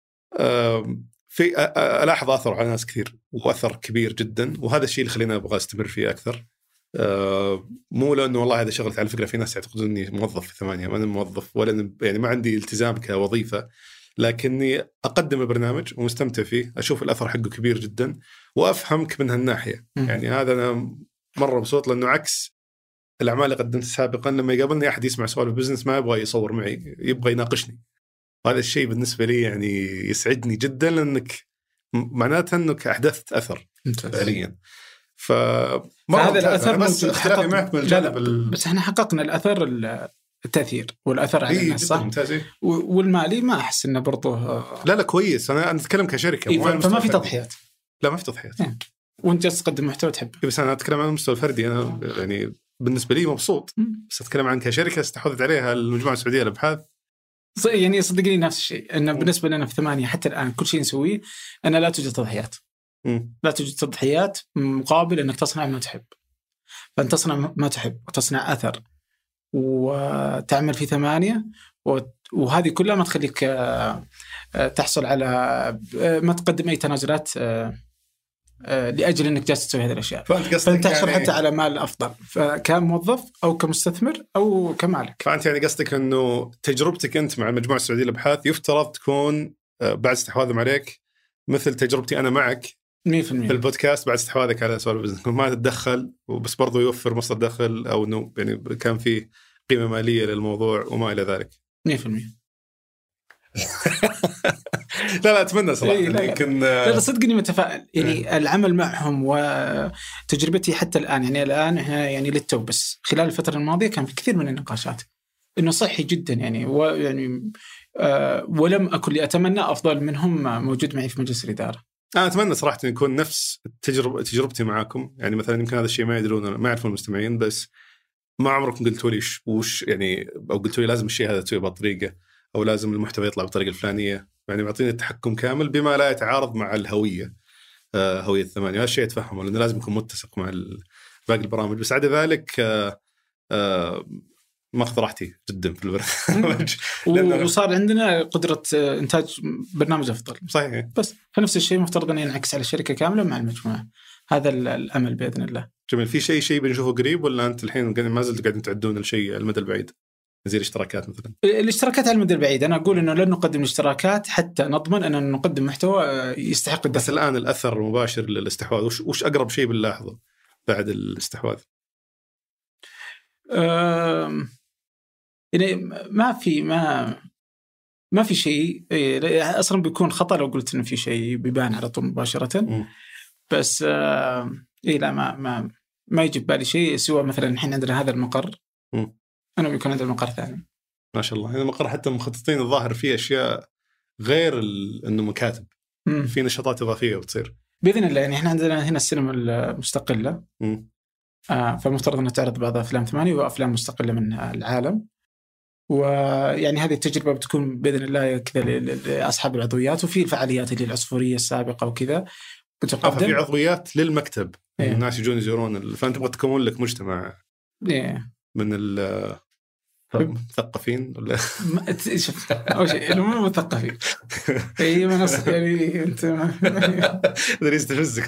في الاحظ اثر على ناس كثير واثر كبير جدا، وهذا الشيء اللي خلينا ابغى استمر فيه اكثر. مو لانه والله هذا شغلتي، على فكره في ناس يعتقدون اني موظف في 8، ما انا موظف ولا يعني ما عندي التزام كوظيفه، لكني اقدم البرنامج ومستمتع فيه، اشوف الاثر حقه كبير جدا وافهمك من هالناحيه. يعني هذا انا مره مبسوط، لانه عكس الاعمال اللي قدمتها سابقا، لما يقابلني احد يسمع سوالف بزنس ما يبغى يصور معي، يبغى يناقشني. هذا الشيء بالنسبه لي يعني يسعدني جدا، لانك معناته انك احدثت اثر فعليا. فهذا الاثر بس اختلافي معك من الجانب بس احنا حققنا الاثر، التاثير والاثر على الناس، صح؟ ممتاز. والمالي ما احس انه برضه لا كويس. انا اتكلم كشركه، فما في تضحيات. لا ما في تضحيات. وانت جالس تقدم محتوى تحبه. بس انا اتكلم عن المستوى الفردي. انا يعني بالنسبه لي مبسوط، بس اتكلم عن كشركه استحوذت عليها المجموعه السعوديه للابحاث. يعني صدقني نفس الشيء، انه بالنسبه لنا في 8 حتى الان كل شيء نسويه أن لا توجد تضحيات. لا توجد تضحيات مقابل انك تصنع ما تحب. فانت تصنع ما تحب وتصنع اثر وتعمل في 8، وهذه كلها ما تخليك تحصل على ما تقدم اي تنازلات لاجل انك جالس تسوي هذه الاشياء. فانت تحصل يعني حتى على مال افضل، كموظف او كمستثمر او كمالك. فانت يعني قصدك انه تجربتك انت مع المجموعه السعوديه للابحاث يفترض تكون بعد استحواذهم عليك مثل تجربتي انا معك 100% في البودكاست بعد استحواذك على سوالف البزنس، ما تتدخل وبس برضو يوفر مصدر دخل، او انه يعني كان في قيمه ماليه للموضوع وما الى ذلك. 100%. لا اتمنى صراحه. يمكن لا صدقني متفائل. يعني العمل معهم وتجربتي حتى الان، يعني الان احنا يعني للتو، بس خلال الفتره الماضيه كان في كثير من النقاشات انه صحي جدا يعني، ويعني ولم اكن اتمنى افضل منهم موجود معي في مجلس الاداره. انا اتمنى صراحه ان يكون نفس تجربتي معكم. يعني مثلا يمكن هذا الشيء ما يدرون، ما يعرفون المستمعين، بس ما عمركم قلتوا لي وش يعني، او قلتوا لي لازم الشيء هذا تسويه بهالطريقه، او لازم المحتوى يطلع بالطريقه الفلانيه. يعني معطيني التحكم كامل بما لا يتعارض مع الهويه، هويه 8. هذا الشيء اتفهمه لانه لازم يكون متسق مع باقي البرامج. بس عدا ذلك ما اخذ راحتي جدا في البرنامج. وصار عندنا قدره انتاج برنامج افضل. صحيح. بس فنفس الشيء مفترض ان ينعكس على الشركه كامله مع المجموعه. هذا الامل باذن الله. جميل. في شيء بنشوفه قريب، ولا انت الحين ما زلت قاعدين تعدون الشيء على المدى البعيد زي الاشتراكات مثلا؟ الاشتراكات على المدى البعيد انا اقول انه لن نقدم الاشتراكات حتى نضمن ان نقدم محتوى يستحق الدفع. بس الان الاثر المباشر للاستحواذ وش اقرب شيء بنلاحظه بعد الاستحواذ؟ يعني ما في شيء اصلا بيكون خطا لو قلت انه في شيء بيبان على طول مباشره. بس لا ما يجي بالي شيء سوى مثلا الحين عندنا هذا المقر. أنا بيكون عندنا مقر ثاني. ما شاء الله. هذا المقر حتى مخططين الظاهر فيه أشياء غير إنه مكاتب. في نشاطات إضافية بتصير بإذن الله. يعني إحنا عندنا هنا السينما المستقلة. فمفترض أن تعرض بعض أفلام 8 وأفلام مستقلة من العالم. ويعني هذه التجربة بتكون بإذن الله كذا لأصحاب العضويات، وفي الفعاليات اللي العصفورية السابقة وكذا بتقدم. في عضويات للمكتب. الناس يجون يزورون، فأنت تبغى تكون لك مجتمع من المثقفين ولا شوف أول شيء مو مثقفين. أي منصة يعني أنت دري يستفزك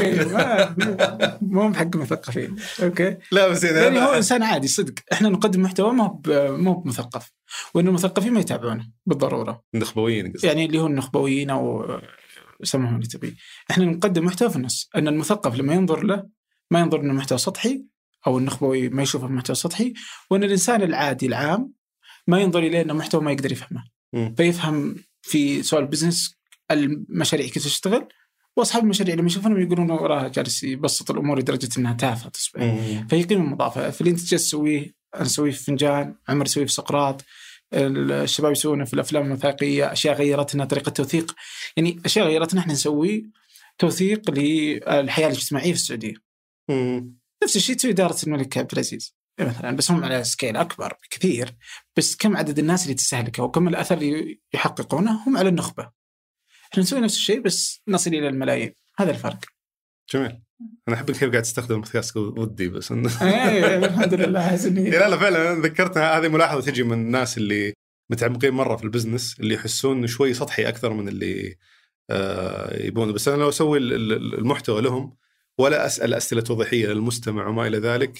مو بحق مثقفين. أوكي. لا بس يعني هو إنسان عادي صدق. إحنا نقدم محتوى مو مثقف، وإنه المثقفين ما يتابعونه بالضرورة. النخبويين يعني اللي هو النخبويين أو سموهم اللي تبي. إحنا نقدم محتوى في النص، أن المثقف لما ينظر له ما ينظر إنه محتوى سطحي، أو النخبوي ما يشوفه محتوى سطحي، وأن الإنسان العادي العام ما ينظر إليه إنه محتوى ما يقدر يفهمه. فيفهم في سؤال بزنس المشاريع كيف تشتغل، وأصحاب المشاريع لما يشوفونهم يقولون وراها جالس يبسط الأمور لدرجة أنها تافهة تصبح. فهي قيمة مضافة. فاللي أنت جالس تسويه أنا أسويه في فنجان، عمر يسويه في سقراط، الشباب يسوونه في الأفلام الوثائقية. أشياء غيرتنا طريقة توثيق، يعني أشياء غيرتنا إحنا نسوي توثيق للحياة الاجتماعية في السعودية. نفس الشيء تسوي إدارة الملك عبد العزيز مثلا، بس هم على سكيل أكبر بكثير. بس كم عدد الناس اللي تستهلكه وكم الأثر اللي يحققونه هم على النخبة. إحنا نسوي نفس الشيء بس نصل إلى الملايين. هذا الفرق. جميل. أنا أحب كيف قاعد تستخدم البودكاست ودي بس الحمد لله حسني. لا فعلا ذكرتها. هذه ملاحظة تجي من الناس اللي متعمقين مرة في البزنس، اللي يحسون شوي سطحي أكثر من اللي يبونه. بس أنا لو أسوي المحتوى لهم ولا أسأل أسئلة توضيحية للمستمع وما إلى ذلك،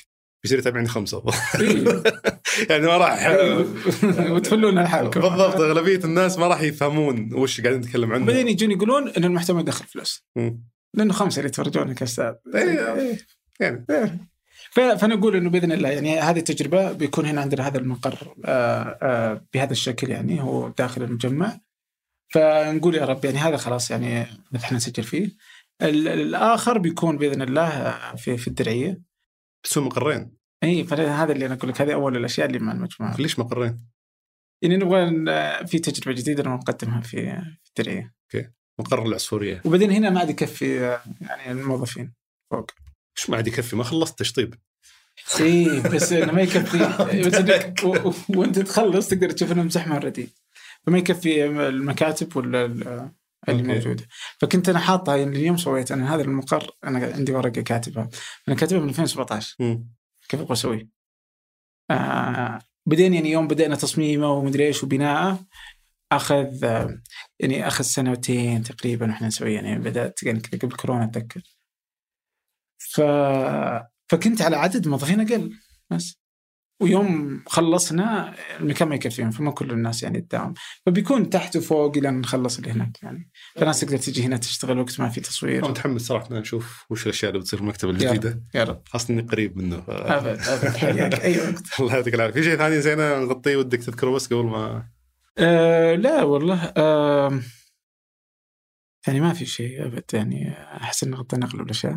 بيصير يتابعني 5 يعني ما راح وتفلون لحالكم. بالضبط، أغلبية الناس ما راح يفهمون وش قاعدين نتكلم عنه. بعدين يجون يقولون إن المحتوى يدخل فلوس لأنه 5 اللي يتفرجونك أستاذ يعني. فأنا أقول إنه بإذن الله يعني هذه التجربة بيكون هنا عندنا هذا المقر بهذا الشكل، يعني هو داخل المجمع. فنقول يا رب يعني هذا خلاص يعني نحن نسجل فيه. الآخر بيكون بإذن الله في الدرعية. بسوي مقرين. اي فهذا اللي انا اقول لك، هذه اول الاشياء اللي مع المجموعه. ليش مقرين؟ يعني نبغى في تجربه جديده نقدمها في الدرعيه. اوكي، مقر العصفوريه. وبعدين هنا ما عاد يكفي يعني الموظفين فوق. ايش ما عاد يكفي؟ ما خلصت تشطيب. اي بس انه ما يكفي. بس انك وانت تخلص تقدر تشوف انهم زحمه ردي، فما يكفي المكاتب ولا اللي موجوده. فكنت انا حاطها يعني اليوم سويت انا هذا المقر، انا عندي ورقه كاتبها، انا كاتبها من 2017. كيف أبغى أسوي؟ بدين يعني يوم بدأنا تصميمه ومدري إيش وبناءه أخذ يعني أخذ 2 سنين تقريبا وإحنا نسوي، يعني بدأت يعني كذا قبل كورونا أتذكر. فكنت على عدد موظفين أقل بس، ويوم خلصنا المكان ما يكفيهم، فما كل الناس يعني تداوم، فبيكون تحت وفوق إلى نخلص اللي هناك يعني. فالناس تقدر تجي هنا تشتغل وقت ما في تصوير. متحمس صراحة نشوف وش الأشياء اللي بتصير في المكتب الجديدة. يا رب، خاصة إني قريب منه. أبد حياك أي وقت. الله يعطيك العافية. في شيء ثاني زينا نغطيه ودك تذكره بس قبل ما؟ لا والله يعني ما في شيء أبد، يعني أحس إن غطينا أغلب الأشياء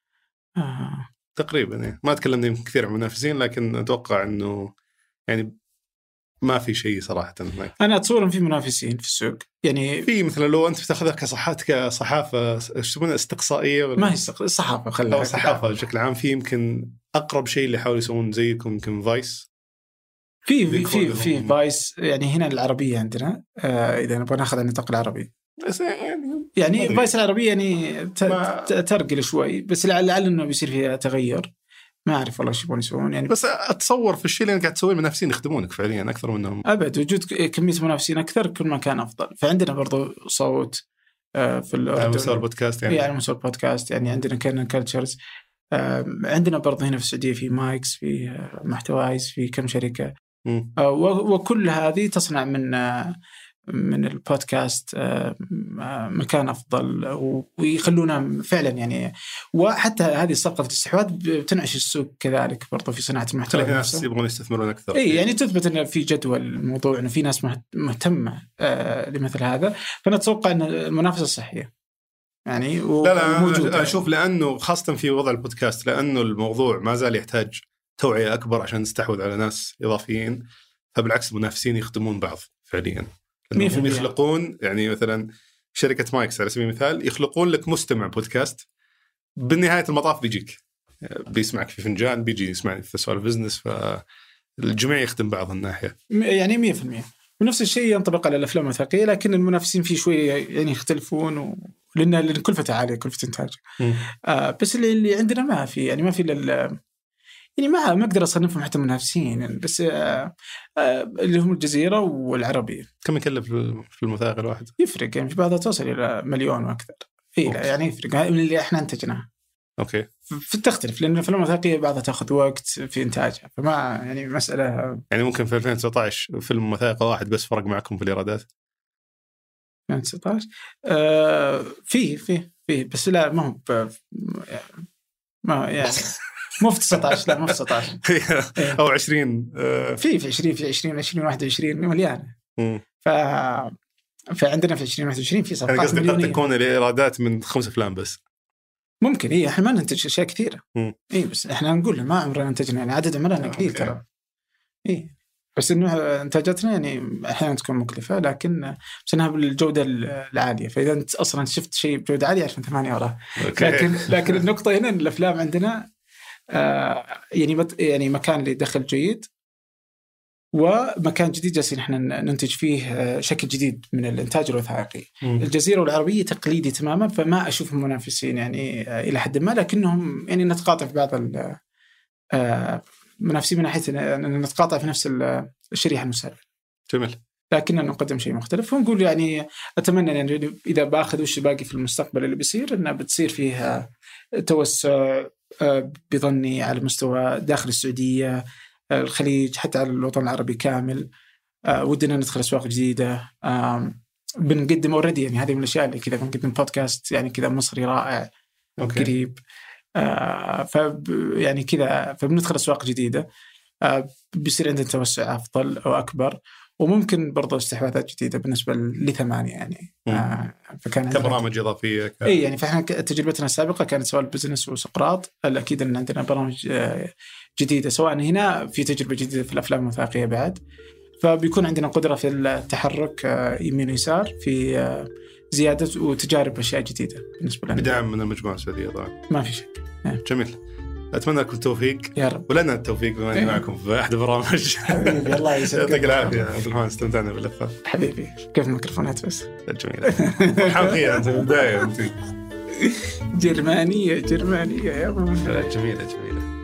تقريبا. يعني ما تكلمنا كثير عن المنافسين، لكن أتوقع إنه يعني ما في شيء صراحة. أنا أتصور إن في منافسين في السوق، يعني في مثلا لو أنت بتاخذها كصحافة يسمونها استقصائية ولا ما هي الصحافة، خلها صحافة بشكل عام. في يمكن أقرب شيء اللي يحاولوا يسوون زيكم يمكن فايس. في فايس يعني هنا العربية عندنا إذا نبغى ناخذ النطاق العربي يعني فايس العربية يعني ترقل شوي، بس لعل إنه بيصير فيها تغير. ما أعرف والله شو يبون يسوون يعني. بس أتصور في الشيء اللي قاعد تسويه المنافسين يخدمونك فعليا أكثر منهم. أبد وجود كمية منافسين أكثر كل ما كان أفضل. فعندنا برضو صوت في على مستوى البودكاست يعني. على مستوى البودكاست يعني عندنا كان كالتشرز. عندنا برضو هنا في السعودية في مايكس، في محتوايز، في كم شركة. وكل هذه تصنع من البودكاست مكان أفضل ويخلونا فعلا يعني. وحتى هذه صفقة الاستحواذ بتنعش السوق كذلك برضو في صناعة المحتوى. في ناس يبغون يستثمرون أكثر. يعني تثبت أن في جدوى الموضوع، أنه في ناس مهتمة لمثل هذا. فأنا أتوقع أن المنافسة صحية يعني. لا أنا أشوف لأنه خاصة في وضع البودكاست، لأنه الموضوع ما زال يحتاج توعية أكبر عشان نستحوذ على ناس إضافيين. فبالعكس المنافسين يخدمون بعض فعليا. هم يخلقون يعني مثلا شركة مايكس على سبيل المثال يخلقون لك مستمع بودكاست، بالنهاية المطاف بيجيك بيسمعك في فنجان، بيجي يسمعني في سؤال بزنس. فالجميع يخدم بعض الناحية يعني 100%. ونفس الشيء ينطبق على الأفلام الوثائقية، لكن المنافسين فيه شوي يعني يختلفون لأن كلفة عالية، كلفة إنتاج. بس اللي عندنا ما في يعني ما في يعني ما أقدر أصنفهم حتى منافسين يعني. بس اللي هم الجزيرة والعربية. كم يكلف في الموثائق الواحد؟ يفرق يعني، في بعضها توصل إلى 1,000,000 وأكثر. لا يعني يفرق من اللي إحنا انتجناه. أوكي. تختلف لأن الأفلام الوثائقية بعضها تأخذ وقت في إنتاجها، فما يعني مسألة يعني. ممكن في 2019 فيلم وثائقي واحد بس فرق معكم في الإيرادات. 2019 فيه بس لا ما هو ما يعني مو في 19. لا مو في 19 أو 20 في 20 21 مليانة. فعندنا في 2021 في صفقات قصدي قد تكون الإيرادات من 5 أفلام بس. ممكن إحنا ما ننتج أشياء كثيرة. بس إحنا نقول ما عمرنا انتجنا يعني عدد عملنا قليل ترى. بس إنه إنتاجاتنا يعني أحيانا تكون مكلفة، لكن بس إنها بالجودة العالية. فإذا أنت أصلا شفت شيء بجودة عالية عشان 8 وراه. لكن النقطة هنا الأفلام عندنا يعني مكان اللي دخل جيد ومكان جديد جالسين احنا ننتج فيه شكل جديد من الانتاج الوثائقي. الجزيرة والعربية تقليدي تماما، فما اشوفهم منافسين يعني الى حد ما، لكنهم يعني نتقاطع في بعض المنافسين من ناحية ان نتقاطع في نفس الشريحة المستهدفة. جميل. لكننا نقدم شيء مختلف ونقول يعني اتمنى يعني اذا باخذ وش باقي في المستقبل اللي بيصير انه بتصير فيها توسع بظني على مستوى داخل السعودية، الخليج، حتى على الوطن العربي كامل. ودنا ندخل أسواق جديدة. بنقدم أوريدي، يعني هذه من الأشياء اللي كذا بنقدم بودكاست يعني كذا مصري رائع قريب. يعني كذا فبندخل أسواق جديدة، بيصير عندنا توسع أفضل أو أكبر، وممكن برضو استحواذات جديدة بالنسبة لثمانية يعني. فكان كبرامج إضافية إيه يعني. فإحنا تجربتنا السابقة كانت سواء البزنس وسقراط، الأكيد أن عندنا برامج جديدة، سواء هنا في تجربة جديدة في الأفلام الوثائقية بعد، فبيكون عندنا قدرة في التحرك يمين ويسار في زيادة وتجارب أشياء جديدة بالنسبة لنا، بدعم من المجموعة السعودية طبعا. ما في شك. جميل. أتمنى لكم التوفيق يا رب، ولنا التوفيق بما أننا معكم في أحد البرامج. حبيبي الله يسعدك. يعطيك العافية عبد الرحمن، استمتعنا باللفة حبيبي. كيف الميكروفونات بس؟ جميلة. فرحان فيها أنت من البداية. أنت جرمانية يا أبو. جميلة.